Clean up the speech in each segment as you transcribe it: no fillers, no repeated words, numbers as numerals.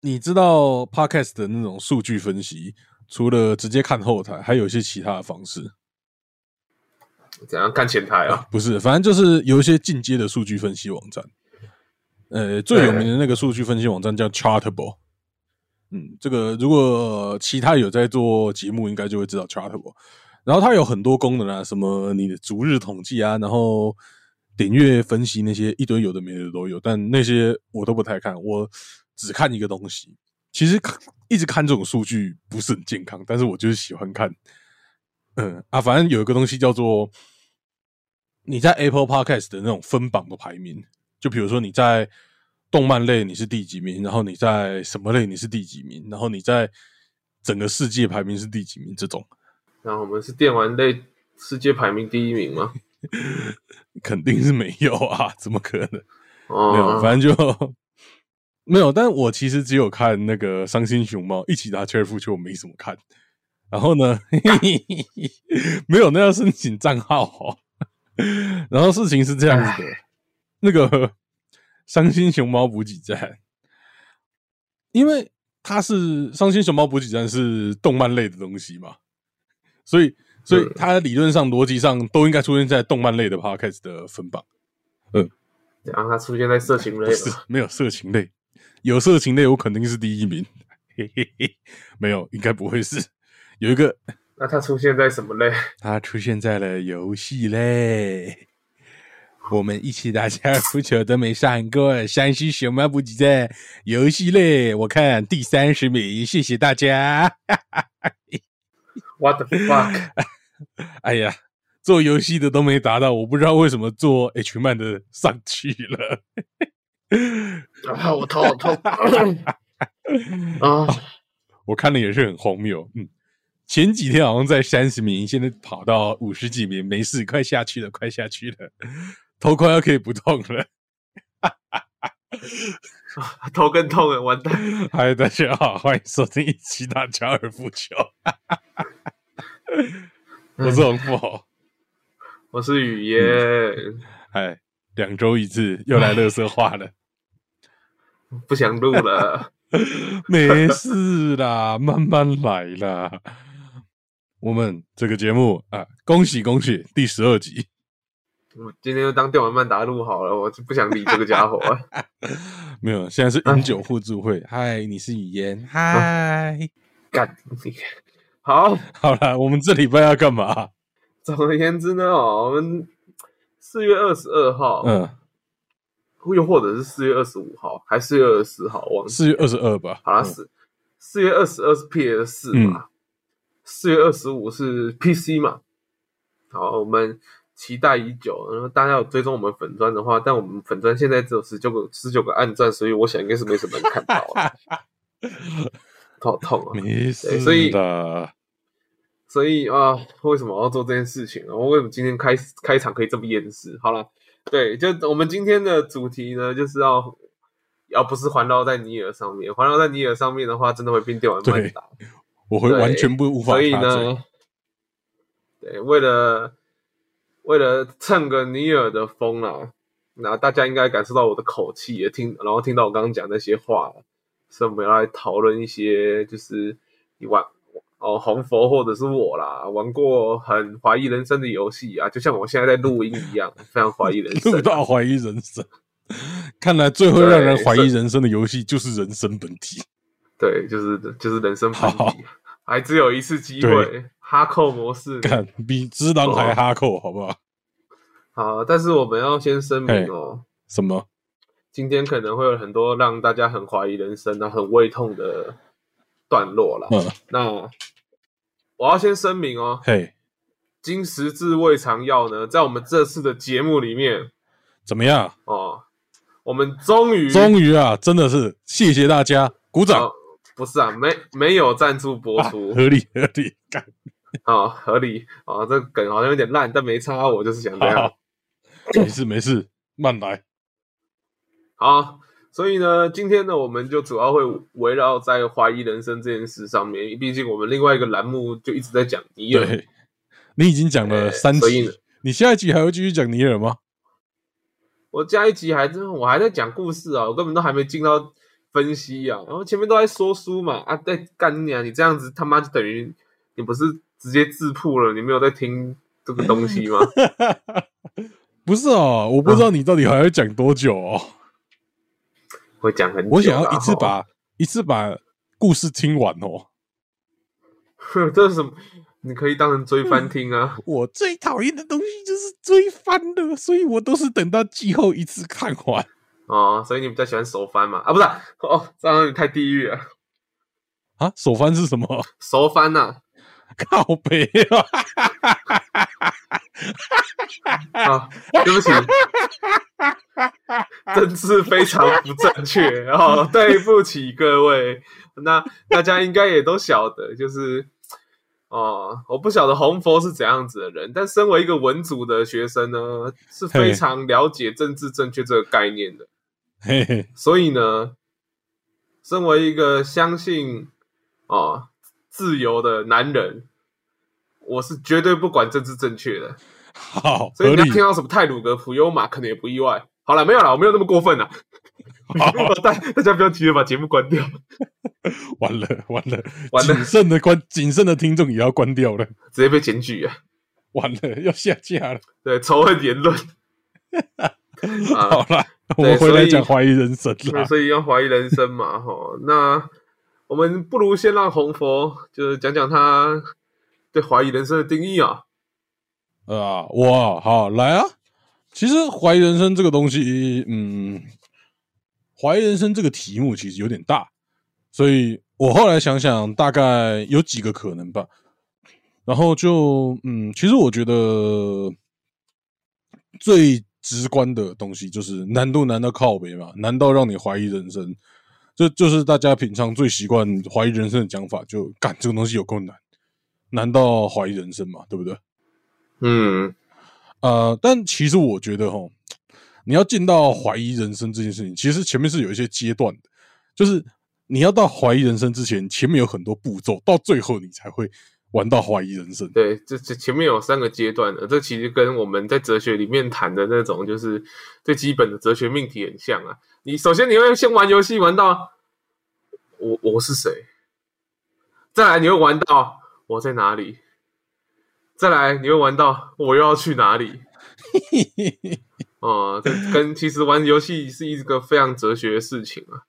你知道 Podcast 的那种数据分析，除了直接看后台，还有一些其他的方式。 怎样看前台啊？ 不是，反正就是有一些进阶的数据分析网站。最有名的那个数据分析网站叫 Chartable。这个如果其他有在做节目，应该就会知道 Chartable。然后它有很多功能啊，什么你的逐日统计啊，然后点阅分析那些一堆有的没的都有，但那些我都不太看，我只看一个东西。其实一直看这种数据不是很健康，但是我就是喜欢看。反正有一个东西叫做你在 Apple Podcast 的那种分榜的排名，就比如说你在动漫类你是第几名，然后你在什么类你是第几名，然后你在整个世界排名是第几名这种。 然后我们是电玩类世界排名第1名吗？ 肯定是没有啊，怎么可能？ 没有，反正就没有。但我其实只有看那个伤心熊猫一起打高尔夫球，我没什么看。然后呢，没有，那要申请账号哦。然后事情是这样子的，那个伤心熊猫补给站，因为它是伤心熊猫补给站是动漫类的东西嘛，所以它理论上逻辑上都应该出现在动漫类的 podcast 的分榜。 然后它出现在色情类了？ 没有色情类，有色情类我肯定是第1名。嘿嘿嘿，没有，应该不会是。有一个， 那它出现在什么类？ 它出现在了游戏类。我们一起打高尔夫球都没上过，山西熊猫补给站游戏类，我看第30名，谢谢大家。 What the fuck？ 哎呀，做游戏的都没达到，我不知道为什么做 H 漫的上去了。 我头好痛啊！ 我看了也是很荒谬。前几天好像在30名，现在跑到50几名，没事，快下去了，快下去了，头快要可以不痛了。 头更痛了，完蛋！ 嗨，大家好，欢迎收听一起打高尔夫球。我是洪富豪， 我是雨嫣。 2周一次，又来垃圾话了。 不想录了。 没事啦，慢慢来啦。我们这个节目啊，恭喜恭喜，第12集。 我今天就当电玩漫打录好了，我就不想理这个家伙了。 没有，现在是饮酒互助会。嗨，你是雨嫣。嗨， 干你！好啦，我们这礼拜要干嘛？ 总而言之呢，我们4月22号，又或者是4月25号，还是4月24号，忘记 4月22吧。 好啦，4月22是 PS4 嘛，4月25是 PC 嘛。好，我们期待已久，然后大家有追踪我们粉专的话，但我们粉专现在只有19个按赞，所以我想应该是没什么人看到了。头好痛啊！ 没事的。 所以啊，为什么要做这件事情？为什么今天开场可以这么厌世？好了，对，就我们今天的主题呢，就是要不是环绕在尼尔上面，环绕在尼尔上面的话，真的会变电玩漫打。 我会完全无法插嘴。 所以呢，对，为了蹭个尼尔的风啦，那大家应该感受到我的口气，然后听到我刚刚讲那些话，所以我们要来讨论一些，就是你红佛或者是我啦，玩过很怀疑人生的游戏啊，就像我现在在录音一样，非常怀疑人生。 录到怀疑人生，看来最会让人怀疑人生的游戏就是人生本体。 对，就是人生本体，还只有一次机会，哈扣模式， 干比只狼还哈扣，好不好？ 好，但是我们要先声明哦， 什么？ 今天可能会有很多让大家很怀疑人生、很胃痛的段落啦。那我要先声明哦，金十字胃肠药呢，在我们这次的节目里面怎么样？ 我们终于啊，真的是谢谢大家，鼓掌。 不是啊，没有赞助播出， 合理，干合理啊，这梗好像有点烂，但没差，我就是想这样。 没事，慢来。 好，所以呢，今天呢，我们就主要会围绕在怀疑人生这件事上面，毕竟我们另外一个栏目就一直在讲尼尔。 对，你已经讲了3集，你下一集还会继续讲尼尔吗？ 我下一集我还在讲故事啊，我根本都还没进到分析啊，然后前面都在说书嘛，啊，在干你啊，你这样子他妈就等于你不是直接自曝了，你没有在听这个东西吗？ 不是哦，我不知道你到底还要讲多久哦。 会讲很久啦， 我想要一次把故事听完哦。 这是什么？你可以当成追番听啊。 我最讨厌的东西就是追番的，所以我都是等到季后一次看完。 哦，所以你比较喜欢手番嘛？啊，不是啊哦，这样你太地狱了。 啊，手番是什么？ 熟番呐、 靠北啊！对不起，政治非常不正确哦，对不起各位。那大家应该也都晓得，就是我不晓得红佛是怎样子的人，但身为一个文组的学生呢，是非常了解政治正确这个概念的。 嘿嘿， 所以呢，身为一个相信自由的男人，我是绝对不管政治正确的。 好， 所以你要合理听到什么泰鲁格、普悠玛，可能也不意外。好了，没有了，我没有那么过分了。大家不要急着把节目关掉。 完了完了， 完了谨慎的听众也要关掉了， 直接被检举啊！ 完了要下架了。 对，仇恨言论。 好啦，我们回来讲怀疑人生啦。 所以要怀疑人生嘛，哈。那我们不如先让红佛就是讲讲他对怀疑人生的定义啊。 哇，好来啊！其实怀疑人生这个东西，怀疑人生这个题目其实有点大，所以我后来想想，大概有几个可能吧。然后就其实我觉得最直观的东西就是难度难到靠北嘛，难到让你怀疑人生，这就是大家平常最习惯怀疑人生的讲法，就干这个东西有够难，难到怀疑人生嘛，对不对？但其实我觉得你要进到怀疑人生这件事情，其实前面是有一些阶段的，就是你要到怀疑人生之前，前面有很多步骤，到最后你才会玩到怀疑人生。 对，这前面有3个阶段的，这其实跟我们在哲学里面谈的那种就是最基本的哲学命题很像啊。你首先你会先玩游戏玩到我是谁，再来你会玩到我在哪里，再来你会玩到我又要去哪里。这跟其实玩游戏是一个非常哲学的事情啊。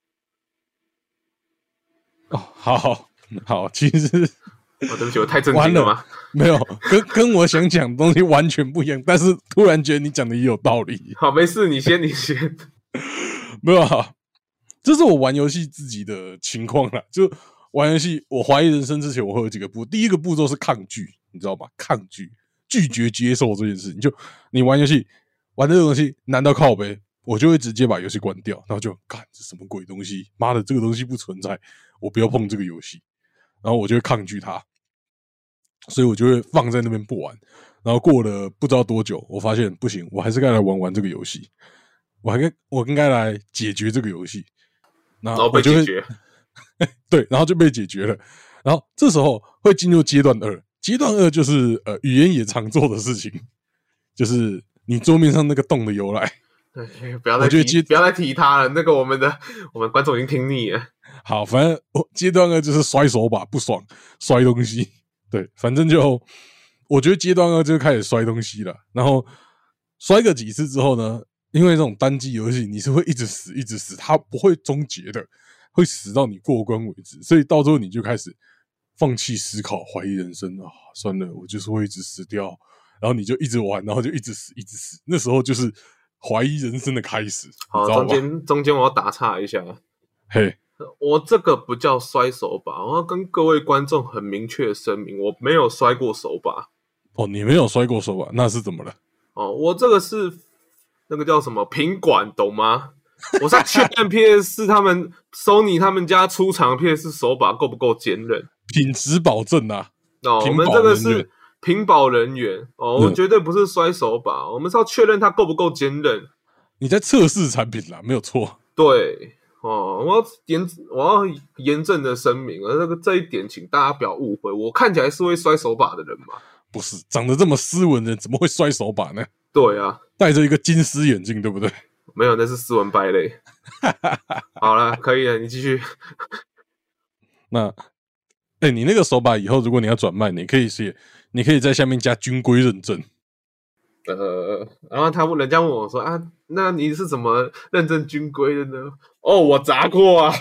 好，其实对不起，我太震惊了吗？ 没有，跟我想讲的东西完全不一样，但是突然觉得你讲的也有道理。 好，没事，你先。 没有啊，这是我玩游戏自己的情况啦。就玩游戏，我怀疑人生之前，我会有几个步。第一个步骤是抗拒，你知道吧？抗拒、拒绝接受这件事情。就你玩游戏，玩这个东西难到靠北，我就会直接把游戏关掉，然后就干这什么鬼东西？妈的，这个东西不存在，我不要碰这个游戏。然后我就会抗拒它，所以我就会放在那边不玩。然后过了不知道多久，我发现不行，我还是该来玩这个游戏。我应该来解决这个游戏。然后被解决，对，然后就被解决了。然后这时候会进入阶段2，阶段2就是语言也常做的事情，就是你桌面上那个洞的由来。 对，不要再提它了。那个我们观众已经听腻了。 好，反正阶段2就是摔手把，不爽，摔东西。对，反正就我觉得阶段2就开始摔东西了。然后摔个几次之后呢，因为这种单机游戏你是会一直死，它不会终结的，会死到你过关为止。所以到最后你就开始放弃思考，怀疑人生啊，算了，我就是会一直死掉。然后你就一直玩，然后就一直死。那时候就是怀疑人生的开始。 好，中间我要打岔一下。 嘿， 我这个不叫摔手把，我要跟各位观众很明确的声明，我没有摔过手把。 你没有摔过手把，那是怎么了？ 我这个是那个叫什么品管，懂吗？我是确认 PS4 他们 Sony 他们家出厂 PS4 手把够不够坚韧， 品质保证啊。 我们这个是品保人员我绝对不是摔手把，我们是要确认它够不够坚韧。 你在测试产品啦，没有错。 对我要严正的声明，这一点请大家不要误会，我看起来是会摔手把的人嘛？ 不是，长得这么斯文的人怎么会摔手把呢？ 对啊， 戴着一个金丝眼镜，对不对？ 没有，那是斯文败类。好了，可以了，你继续。 那，你那个手把以后如果你要转卖，你可以在下面加军规认证。 然后人家问我说啊，那你是怎么认证军规的呢？哦，我砸过啊。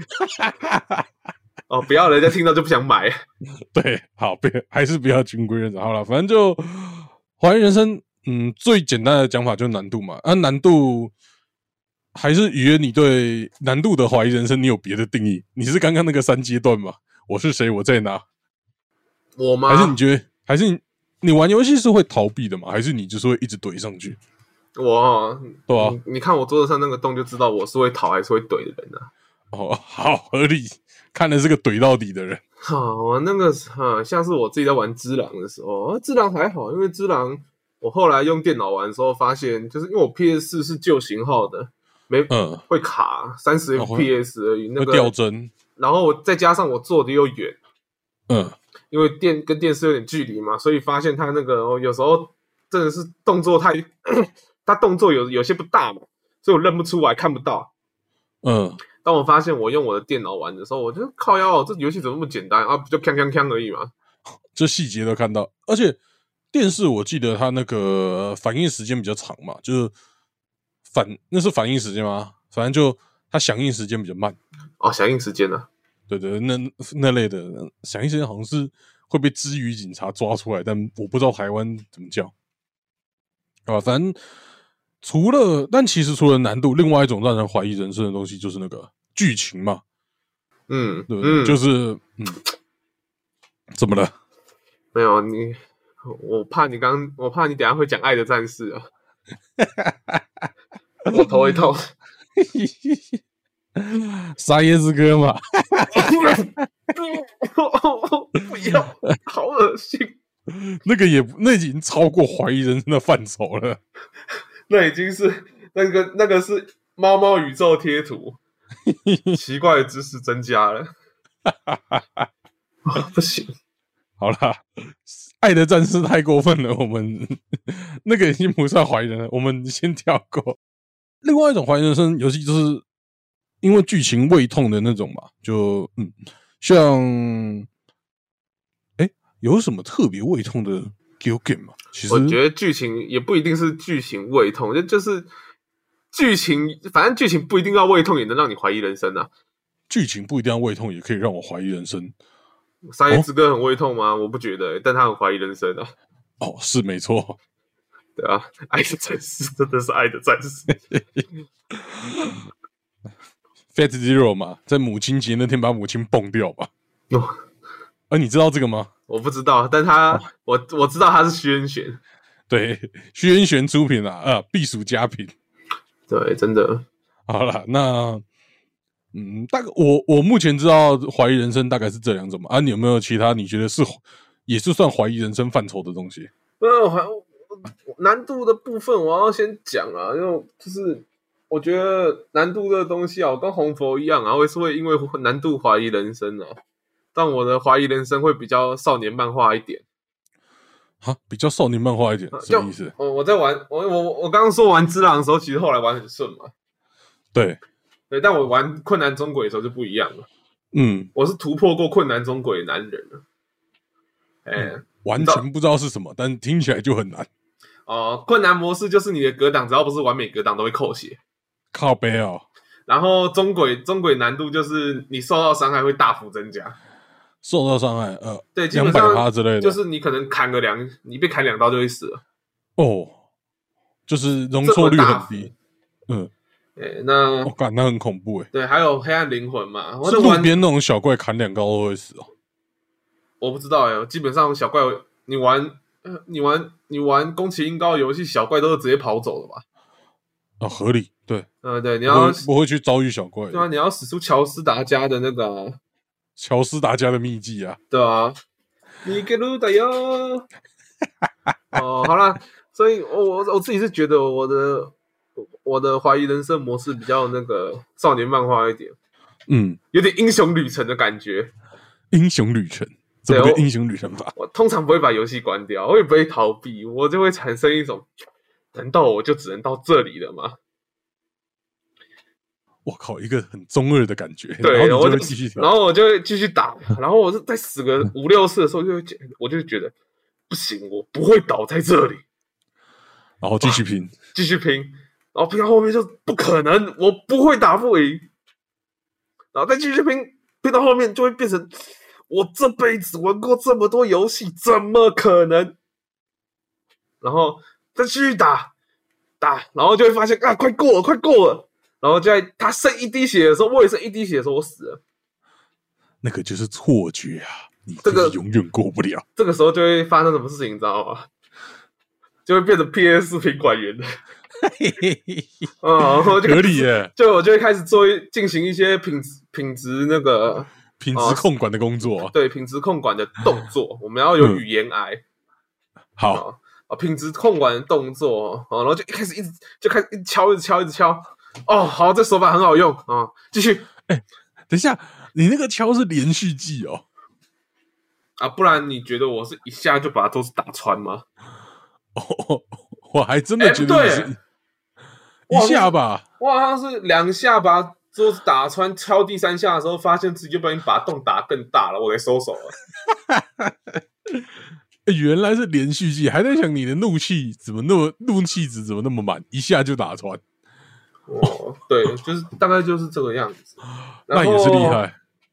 哦，不要，人家听到就不想买。 对，好，还是不要军规认证好了。反正就怀疑人生，最简单的讲法就是难度嘛。难度还是约你对难度的怀疑人生，你有别的定义？你是刚刚那个3阶段吗？我是谁？我在哪？ 我吗？ 还是你觉得？还是你玩游戏是会逃避的吗？还是你就是会一直怼上去？ 我， 对啊， 你看我桌子上那个洞就知道我是会逃还是会怼的人啊。 哦，好合理，看的是个怼到底的人。 我那个像是我自己在玩只狼的时候，只狼还好，因为只狼我后来用电脑玩的时候发现，就是因为我 PS4 是旧型号的，会卡30 FPS 而已，那个会掉帧。 然后再加上我坐的又远，因为跟电视有点距离嘛，所以发现他那个有时候真的是动作他动作有些不大嘛，所以我认不出来，看不到。当我发现我用我的电脑玩的时候，我就靠腰，这游戏怎么那么简单啊？不就锵锵锵而已嘛。 这细节都看到，而且电视我记得它那个反应时间比较长嘛，就是那是反应时间吗？反正就它响应时间比较慢。 哦，响应时间呢？ 对，那类的响应时间好像是会被支语警察抓出来，但我不知道台湾怎么叫。反正但其实除了难度，另外一种让人怀疑人生的东西就是那个剧情嘛。对不对？就是怎么了？ 没有你，我怕你等一下会讲《爱的战士》啊，我头会痛。 沙耶之歌嘛。 不要，好恶心。 那已经超过怀疑人生的范畴了。 那已经是那个是猫猫宇宙贴图，奇怪的知识增加了。不行， 好啦，爱的战士太过分了，我们那个已经不算怀疑人了，我们先跳过。另外一种怀疑人生游戏就是因为剧情胃痛的那种嘛，就像有什么特别胃痛的 game 吗？其实我觉得剧情也不一定是剧情胃痛，就是剧情，反正剧情不一定要胃痛，也能让你怀疑人生啊。 剧情不一定要胃痛，也可以让我怀疑人生。 沙耶之歌很胃痛吗？我不觉得，但他很怀疑人生啊。 是没错。 对啊，爱的战士真的是爱的战士。 Fat Zero 嘛，在母亲节那天把母亲蹦掉吧。你知道这个吗？ 我不知道，但我知道他是徐恩玄。 对，徐恩玄出品啦，必属佳品。 对，真的。 好了，那大概我目前知道怀疑人生大概是这两种嘛。你有没有其他你觉得也是算怀疑人生范畴的东西？ 难度的部分我要先讲啊，因为就是我觉得难度的东西啊，我跟红佛一样啊，我也是会因为难度怀疑人生啊。但我的怀疑人生会比较少年漫画一点。 比较少年漫画一点，什么意思？ 我在玩我刚刚说玩只狼的时候，其实后来玩很顺嘛。 对， 但我玩困难中鬼的时候就不一样了。我是突破过困难中鬼的男人了。 完全不知道是什么，但听起来就很难。 困难模式就是你的格挡只要不是完美格挡都会扣血。 靠背哦。 然后中鬼难度就是你受到伤害会大幅增加。 受到伤害对，基本上 200%之类的， 就是你可能你被砍2刀就会死了。 就是容错率很低。 那那很恐怖对，还有黑暗灵魂嘛， 是路边那种小怪砍2刀都会死哦。 我不知道基本上小怪你玩宫崎英高游戏，小怪都是直接跑走了吧？ 合理，对。 对，你要不会去遭遇小怪。 对啊，你要使出乔斯达加的那个乔斯达加的秘技啊。 对啊，你给路的哟。好啦，所以我自己是觉得我的怀疑人生模式比较那个少年漫画一点。有点英雄旅程的感觉。 英雄旅程？怎么个英雄旅程法？ 我通常不会把游戏关掉，我也不会逃避，我就会产生一种，难道我就只能到这里了吗？ 我靠，一个很中二的感觉。 对， 然后你就会继续然后我就会继续打，然后我是在死个5、6次的时候，我就觉得不行，我不会倒在这里， 然后继续拼， 继续拼，然后拼到后面就不可能，我不会打不赢，然后再继续拼，拼到后面就会变成我这辈子玩过这么多游戏，怎么可能？然后再继续打，然后就会发现啊，快过了。然后就在他剩1滴血的时候，我也剩1滴血的时候，我死了。 那个就是错觉啊，你这个永远过不了。 这个时候就会发生什么事情，你知道吗？就会变成 PS 品管员的。合理耶！ 我就会开始进行一些品质那个品质控管的工作。 对，品质控管的动作，我们要有语言癌。 好。 品质控管的动作，然后就开始一直敲，一直敲。哦，好，这手法很好用啊，继续。 等一下，你那个敲是连续技哦？ 不然你觉得我是一下就把它都是打穿吗？ 我还真的觉得你是一下吧。 我好像是2下把桌子打穿，敲第3下的时候，发现自己就不小心把洞打更大了，我给收手了。 原来是连续技，还在想你的怒气值怎么那么满，一下就打穿。 对，就是大概就是这个样子。 那也是厉害。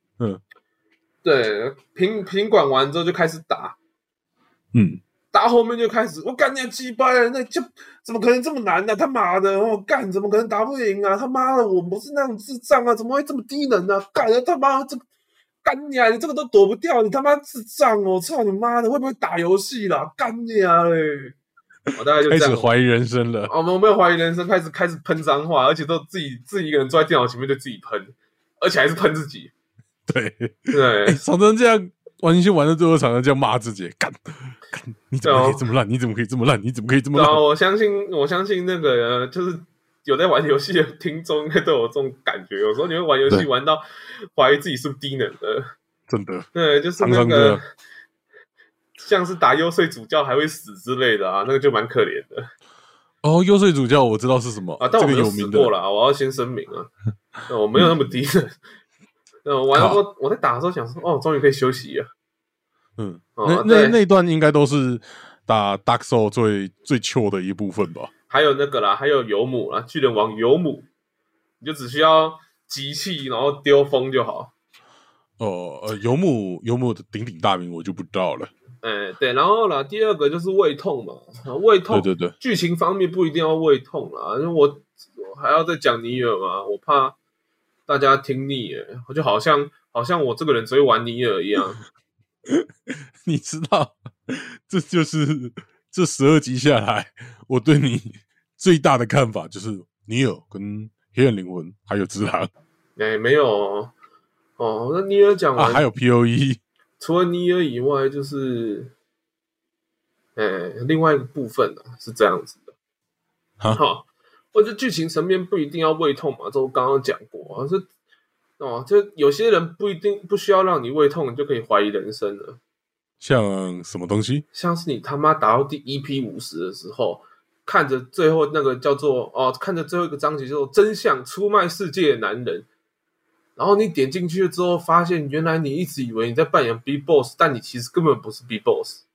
对，品管完之后就开始打。打后面就开始，我干你鸡掰了，那就怎么可能这么难呢？他妈的，干怎么可能打不赢啊？他妈的，我不是那种智障啊，怎么会这么低能啊？干他妈这个。干你啊！你这个都躲不掉，你他妈智障哦！操你妈的，会不会打游戏啦？干你啊嘞！我大概就这样开始怀疑人生了。 我们没有怀疑人生，开始喷脏话，而且都自己一个人坐在电脑前面就自己喷，而且还是喷自己。 对，常常这样玩游戏玩到最后，常常这样骂自己：干，你怎么可以这么烂？你怎么可以这么烂？你怎么可以这么烂？ 我相信那个就是。有在玩游戏的听众应该都有这种感觉，有时候你会玩游戏玩到怀疑自己是不是低能的， 真的。 对，就是那个像是打幽睡主教还会死之类的啊，那个就蛮可怜的。 幽睡主教我知道是什么但我没有死过啦，我要先声明啊，我没有那么低能。我在打的时候想说，终于可以休息了。 那段应该都是打 Dark Soul 最糗的一部分吧。 还有那个啦，还有游母啦，巨人王游母，你就只需要集气，然后丢风就好。 游母的鼎鼎大名我就不知道了。 对，然后啦，第二个就是胃痛嘛，胃痛， 对， 剧情方面不一定要胃痛啦，因为我还要再讲尼尔嘛，我怕大家听腻了，就好像我这个人只会玩尼尔一样。 你知道，这就是这12集下来，我对你最大的看法就是尼尔跟黑暗灵魂还有只狼。 没有那尼尔讲完还有 POE， 除了尼尔以外，就是另外一个部分是这样子的。我觉得剧情层面不一定要胃痛嘛，这我刚刚讲过就有些人不需要让你胃痛，你就可以怀疑人生了。 像什么东西？ 像是你他妈打到第EP50的时候，看着最后那个叫做看着最后一个章节叫做真相出卖世界的男人，然后你点进去之后，发现原来你一直以为你在扮演 Big Boss， 但你其实根本不是 Big Boss。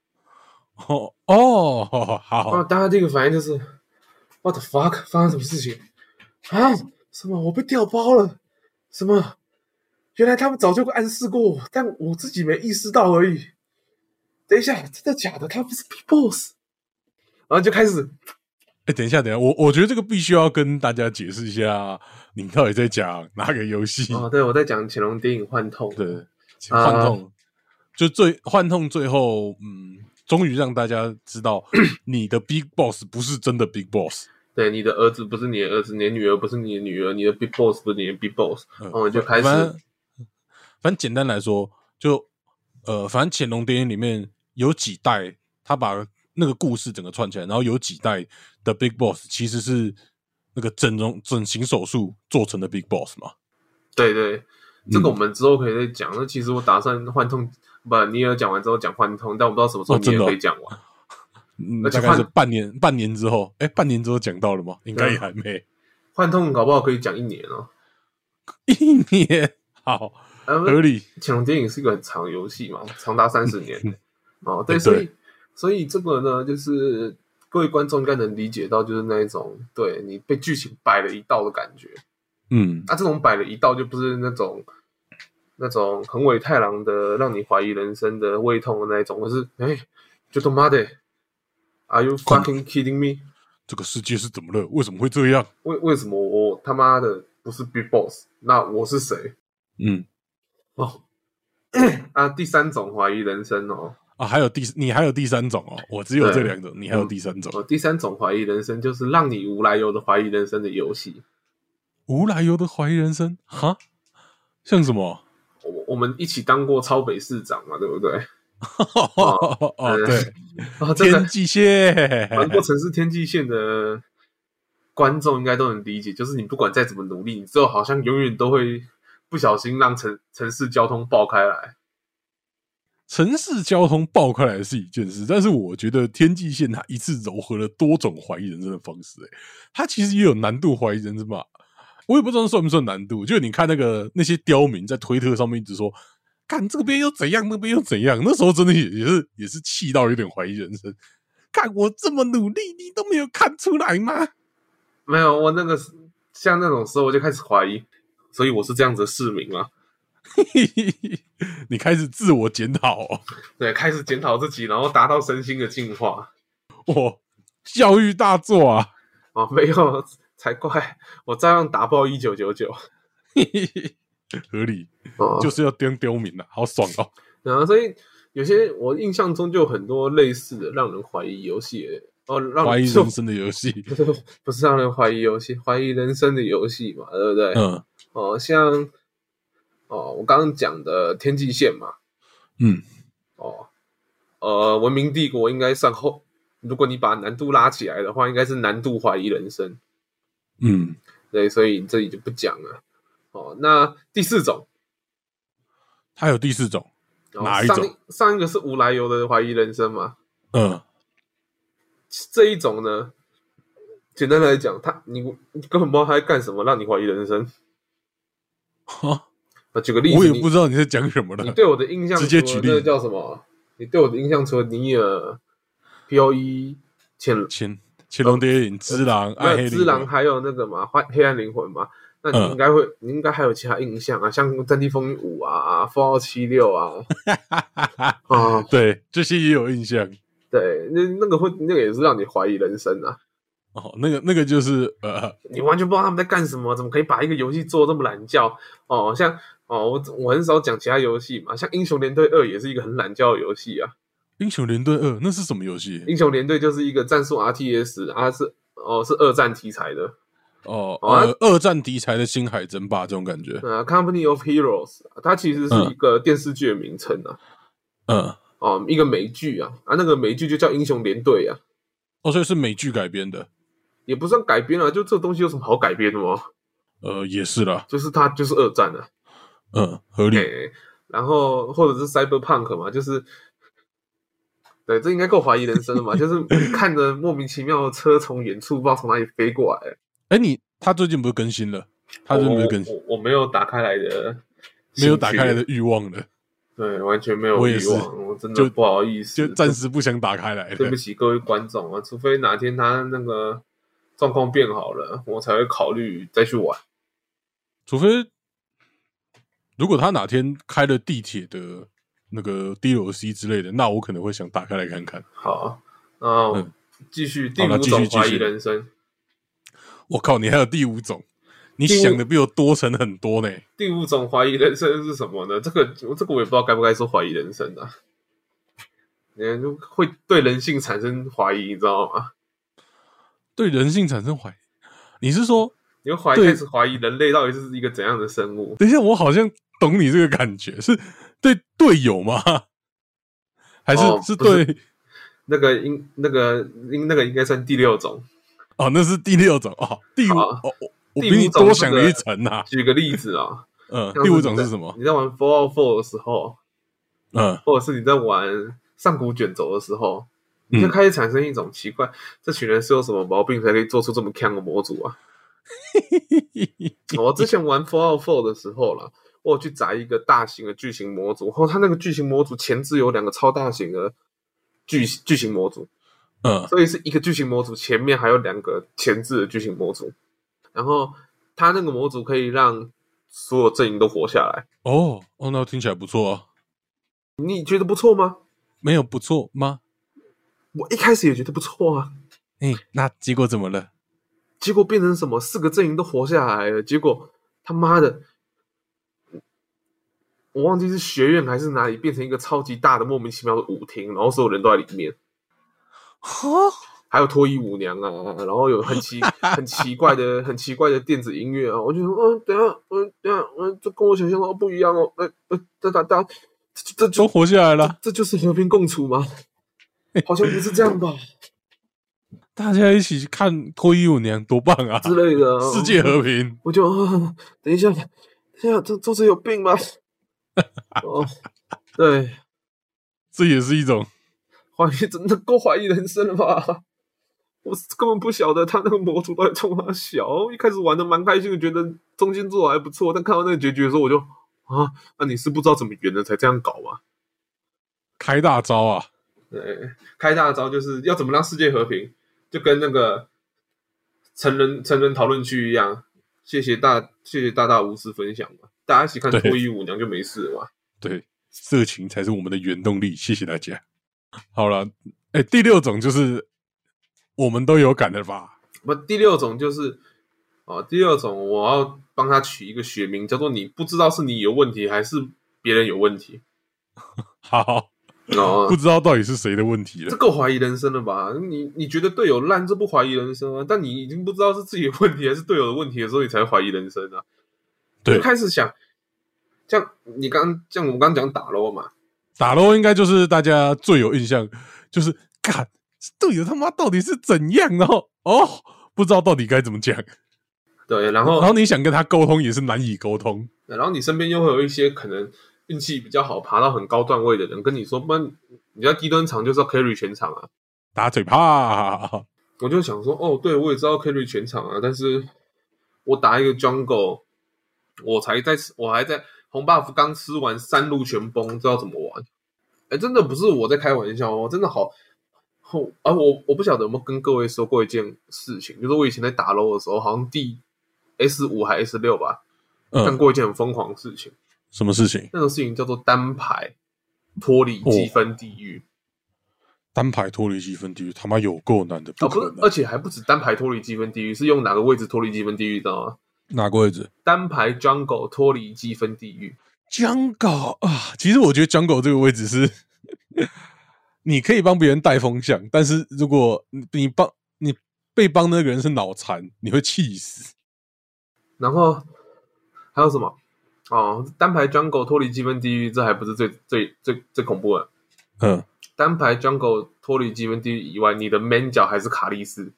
好。大家第一个反应就是 What the fuck， 发生什么事情啊？什么？我被调包了？什么？原来他们早就暗示过我，但我自己没意识到而已。等一下，真的假的？他不是 Big Boss？ 然后就开始。 等一下，我觉得这个必须要跟大家解释一下，你到底在讲哪个游戏？ 对，我在讲潜龙谍影幻痛。 对，幻痛，就幻痛最后，终于让大家知道，你的 Big Boss 不是真的 Big Boss。 对，你的儿子不是你的儿子，你的女儿不是你的女儿，你的 Big Boss 不是你的 Big Boss。然后就开始， 反正简单来说，就反正潜龙谍影里面有几代，他把那个故事整个串起来，然后有几代的 Big Boss 其实是那个整形手术做成的 Big Boss 嘛。 对对，这个我们之后可以再讲。那其实我打算幻痛，尼尔讲完之后讲幻痛，但我不知道什么时候尼尔可以讲完。 大概是半年之后，半年之后讲到了吗？应该也还没。 幻痛搞不好可以讲1年哦。 1年，好合理。 潜龙谍影是一个很长的游戏嘛，长达30年。哦，对，所以这个呢，就是各位观众应该能理解到，就是那一种对你被剧情摆了一道的感觉。这种摆了一道就不是那种横尾太郎的让你怀疑人生的胃痛的那一种，而是就他妈的 ，Are you fucking kidding me？ 这个世界是怎么了？为什么会这样？ 为什么我他妈的不是 Big Boss？ 那我是谁？第3种怀疑人生哦。 你还有第3种哦，我只有这2种，你还有第3种。 第3种怀疑人生就是让你无来由的怀疑人生的游戏。 无来由的怀疑人生？哈？像什么？ 我们一起当过超北市长嘛，对不对？ 对，天际线， 玩过城市天际线的观众应该都能理解，就是你不管再怎么努力，你之后好像永远都会不小心让城市交通爆开来。 城市交通爆开来是一件事，但是我觉得天际线它一次糅合了多种怀疑人生的方式，它其实也有难度怀疑人生吧。我也不知道算不算难度，就你看那些刁民在推特上面一直说，看这边又怎样，那边又怎样，那时候真的也是气到有点怀疑人生。看我这么努力，你都没有看出来吗？ 没有，我像那种时候我就开始怀疑，所以我是这样子的市民吗？ 你开始自我检讨哦。 对，开始检讨自己，然后达到身心的进化。 教育大作啊！ 没有。才怪！我照样打爆1999， 合理，就是要刁民了，好爽哦！ 所以有些我印象中就有很多类似的让人怀疑游戏， 怀疑人生的游戏， 不是让人怀疑游戏，怀疑人生的游戏嘛，对不对？像我刚刚讲的天际线嘛，文明帝国应该算后，如果你把难度拉起来的话，应该是难度怀疑人生。对，所以这里就不讲了。那第4种， 还有第4种，哪一种？ 上一个是无来由的怀疑人生嘛。这一种呢，简单来讲，你根本不知道他在干什么，让你怀疑人生。举个例子， 我也不知道你在讲什么了。 你对我的印象， 直接举例， 那叫什么？你对我的印象除了尼尔、POE、 潜龙谍影、只狼、暗黑只狼，还有那个嘛黑暗灵魂嘛。那你应该还有其他印象啊，像《战地风云5》啊，《Fallout 76》啊。 对，这些也有印象。 对，那个也是让你怀疑人生啊。 那个就是你完全不知道他们在干什么，怎么可以把一个游戏做这么懒觉？像我很少讲其他游戏嘛，像《英雄联队2》也是一个很懒觉的游戏啊。 英雄联队2那是什么游戏？ 英雄联队就是一个战术 RTS， 是二战题材的。 二战题材的星海争霸这种感觉。 Company of Heroes， 它其实是一个电视剧的名称啊。一个美剧啊，那个美剧就叫英雄联队啊。 所以是美剧改编的。 也不算改编啊，就这东西有什么好改编的吗？ 也是啦， 就是它就是二战啊。 合理。 然后或者是 Cyberpunk 嘛，就是对，这应该够怀疑人生了嘛？就是看着莫名其妙的车从远处不知道从哪里飞过来。 他最近不是更新了？他最近不是更新？ 我没有打开来的， 没有打开来的欲望了。 对，完全没有欲望，我真的不好意思， 就暂时不想打开来了。 对不起各位观众啊，除非哪天他那个状况变好了，我才会考虑再去玩。 除非如果他哪天开了地铁的那个 DLC 之类的，那我可能会想打开来看看。 好，继续第5种怀疑人生。 我靠，你还有第5种？你想的比我多成很多呢。 第5种怀疑人生是什么呢？这个我也不知道该不该说怀疑人生啊。你就会对人性产生怀疑，你知道吗？ 对人性产生怀疑？你是说你会开始怀疑人类到底是一个怎样的生物？ 等一下，我好像懂你这个感觉，是对队友吗？还是对那个应该算第6种。 那是第6种第5我比你多想了一层啊。 举个例子啊， 第5种是什么？ 你在玩 Fallout 4的时候，或者是你在玩上古卷轴的时候，你就开始产生一种奇怪，这群人是有什么毛病才可以做出这么强的模组啊？ 我之前玩 Fallout 4的时候啦，我有去载一个大型的巨型模组，然后它那个巨型模组前置有2个超大型的巨型模组，所以是一个巨型模组前面还有2个前置的巨型模组，然后它那个模组可以让所有阵营都活下来。 那听起来不错啊。 你觉得不错吗？ 没有不错吗？ 我一开始也觉得不错啊。 那结果怎么了？ 结果变成什么？4个阵营都活下来了。结果他妈的，我忘记是学院还是哪里，变成一个超级大的莫名其妙的舞厅，然后所有人都在里面。还有脱衣舞娘啊，然后有很奇怪的电子音乐啊。我就说，等一下，这跟我想象的不一样哦。这都活下来了， 这就是和平共处吗？好像不是这样吧。 大家一起看脱衣舞娘多棒啊之类的， 世界和平。 我就等一下，这作者有病吗？对， 这也是一种怀疑，真的够怀疑人生了吧？我根本不晓得他那个模组到底冲他小，一开始玩的蛮开心的，觉得中间做的还不错，但看到那个结局的时候，我就那你是不知道怎么圆的才这样搞吗？ 开大招啊！ 对，开大招就是要怎么让世界和平，就跟那个成人讨论区一样。谢谢大大无私分享嘛，大家一起看脱衣舞娘就没事了嘛。 对，色情才是我们的原动力，谢谢大家。好了，第6种就是我们都有感的吧？ 不，第6种就是第6种我要帮他取一个学名，叫做你不知道是你有问题还是别人有问题。 好。不知道到底是谁的问题了， 这够怀疑人生了吧？你觉得队友烂，这不怀疑人生啊？但你已经不知道是自己的问题还是队友的问题的时候，你才怀疑人生啊。对，就开始想，像我们刚刚讲打 LOL 嘛， 打 LOL 应该就是大家最有印象，就是看队友他妈到底是怎样，然后不知道到底该怎么讲。 对，然后你想跟他沟通也是难以沟通， 然后你身边又会有一些可能运气比较好，爬到很高段位的人跟你说，不然你在低端场就是要 carry 全场啊， 打嘴炮。 我就想说，对，我也知道 carry 全场啊，但是我打一个 jungle， 我还在红 buff 刚吃完3路全崩，知道怎么玩？真的不是我在开玩笑哦，真的好。我不晓得有没有跟各位说过一件事情，就是我以前在打 LOL 的时候，好像第 S5 还 S6 吧，干过一件很疯狂的事情。 什么事情？ 那种事情叫做单排脱离积分地狱。 单排脱离积分地狱他妈有够难的，不可能。 不是，而且还不止单排脱离积分地狱，是用哪个位置脱离积分地狱，知道吗？ 哪个位置？ 单排 jungle 脱离积分地狱。 jungle 啊，其实我觉得 jungle 这个位置是你可以帮别人带风向，但是如果你被帮那个人是脑残，你会气死。 然后还有什么？单排 jungle 脱离积分地狱，这还不是最恐怖的。单排 jungle 脱离积分地狱以外，你的 main 角还是卡莉丝。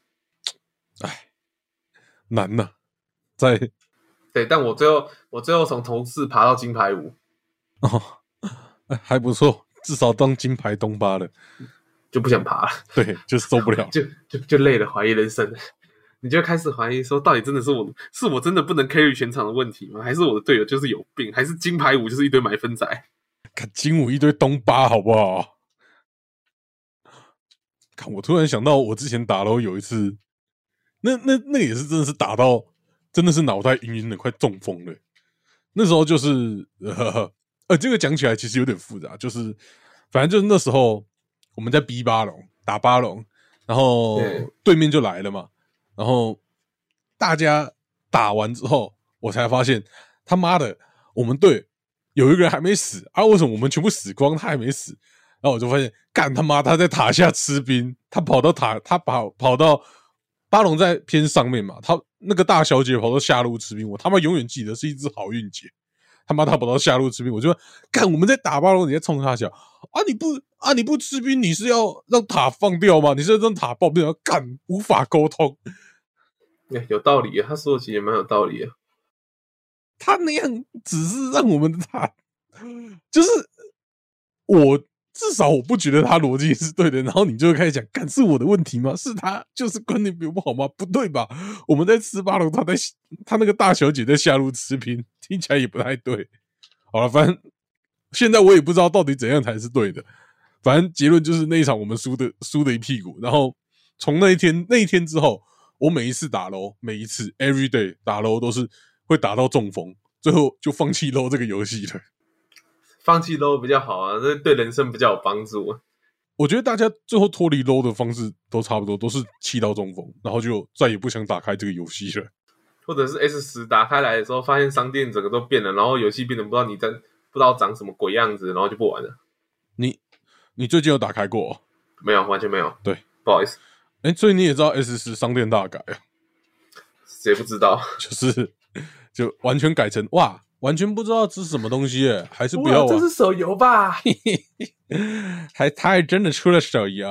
难呐。 对，但我最后从头4爬到金牌5。 还不错，至少当金牌东巴了， 就不想爬了。 对，就受不了， 就累了，怀疑人生。你就开始怀疑说，到底真的是我真的不能 carry 全场的问题吗？还是我的队友就是有病？还是金牌5就是一堆买分仔？ 看金5一堆东巴好不好？看我突然想到，我之前打 LOL 有一次，那也是真的是打到真的是脑袋晕晕的，快中风了。那时候就是这个讲起来其实有点复杂，就是反正就是那时候我们在 B 巴龙打巴龙，然后对面就来了嘛，然后大家打完之后，我才发现他妈的我们队有一个人还没死啊，为什么我们全部死光，他还没死？然后我就发现，干他妈他在塔下吃兵，他跑到巴龙在偏上面嘛，他那个大小姐跑到下路吃兵，我他妈永远记得是一只好运姐。他妈他跑到下路吃兵，我就干我们在打巴龙，你在冲他笑你不吃兵，你是要让塔放掉吗？你是要让塔爆不了，干无法沟通。 有道理啊，他说的其实也蛮有道理啊。 他那样只是让我们的塔，就是我至少我不觉得他逻辑是对的，然后你就会开始讲，干是我的问题吗？是他就是观念比我不好吗？不对吧？我们在吃巴龙，他那个大小姐在下路吃拼，听起来也不太对。好了，反正现在我也不知道到底怎样才是对的。反正结论就是那一场我们输的一屁股，然后从那一天之后，我每一次打 LOL， 每一次 every day 打 LOL 都是会打到中风，最后就放弃 LOL 这个游戏了。 放弃 LOL 比较好啊，这对人生比较有帮助。 我觉得大家最后脱离 LOL 的方式都差不多，都是气到中风，然后就再也不想打开这个游戏了。 或者是 S10 打开来的时候，发现商店整个都变了，然后游戏变得不知道长什么鬼样子，然后就不玩了。 你最近有打开过？ 没有，完全没有。 对， 不好意思。 所以你也知道 S10 商店大改啊？ 谁不知道？ 就完全改成哇，完全不知道这是什么东西耶，还是不要玩。 这是手游吧？ 他还真的出了手游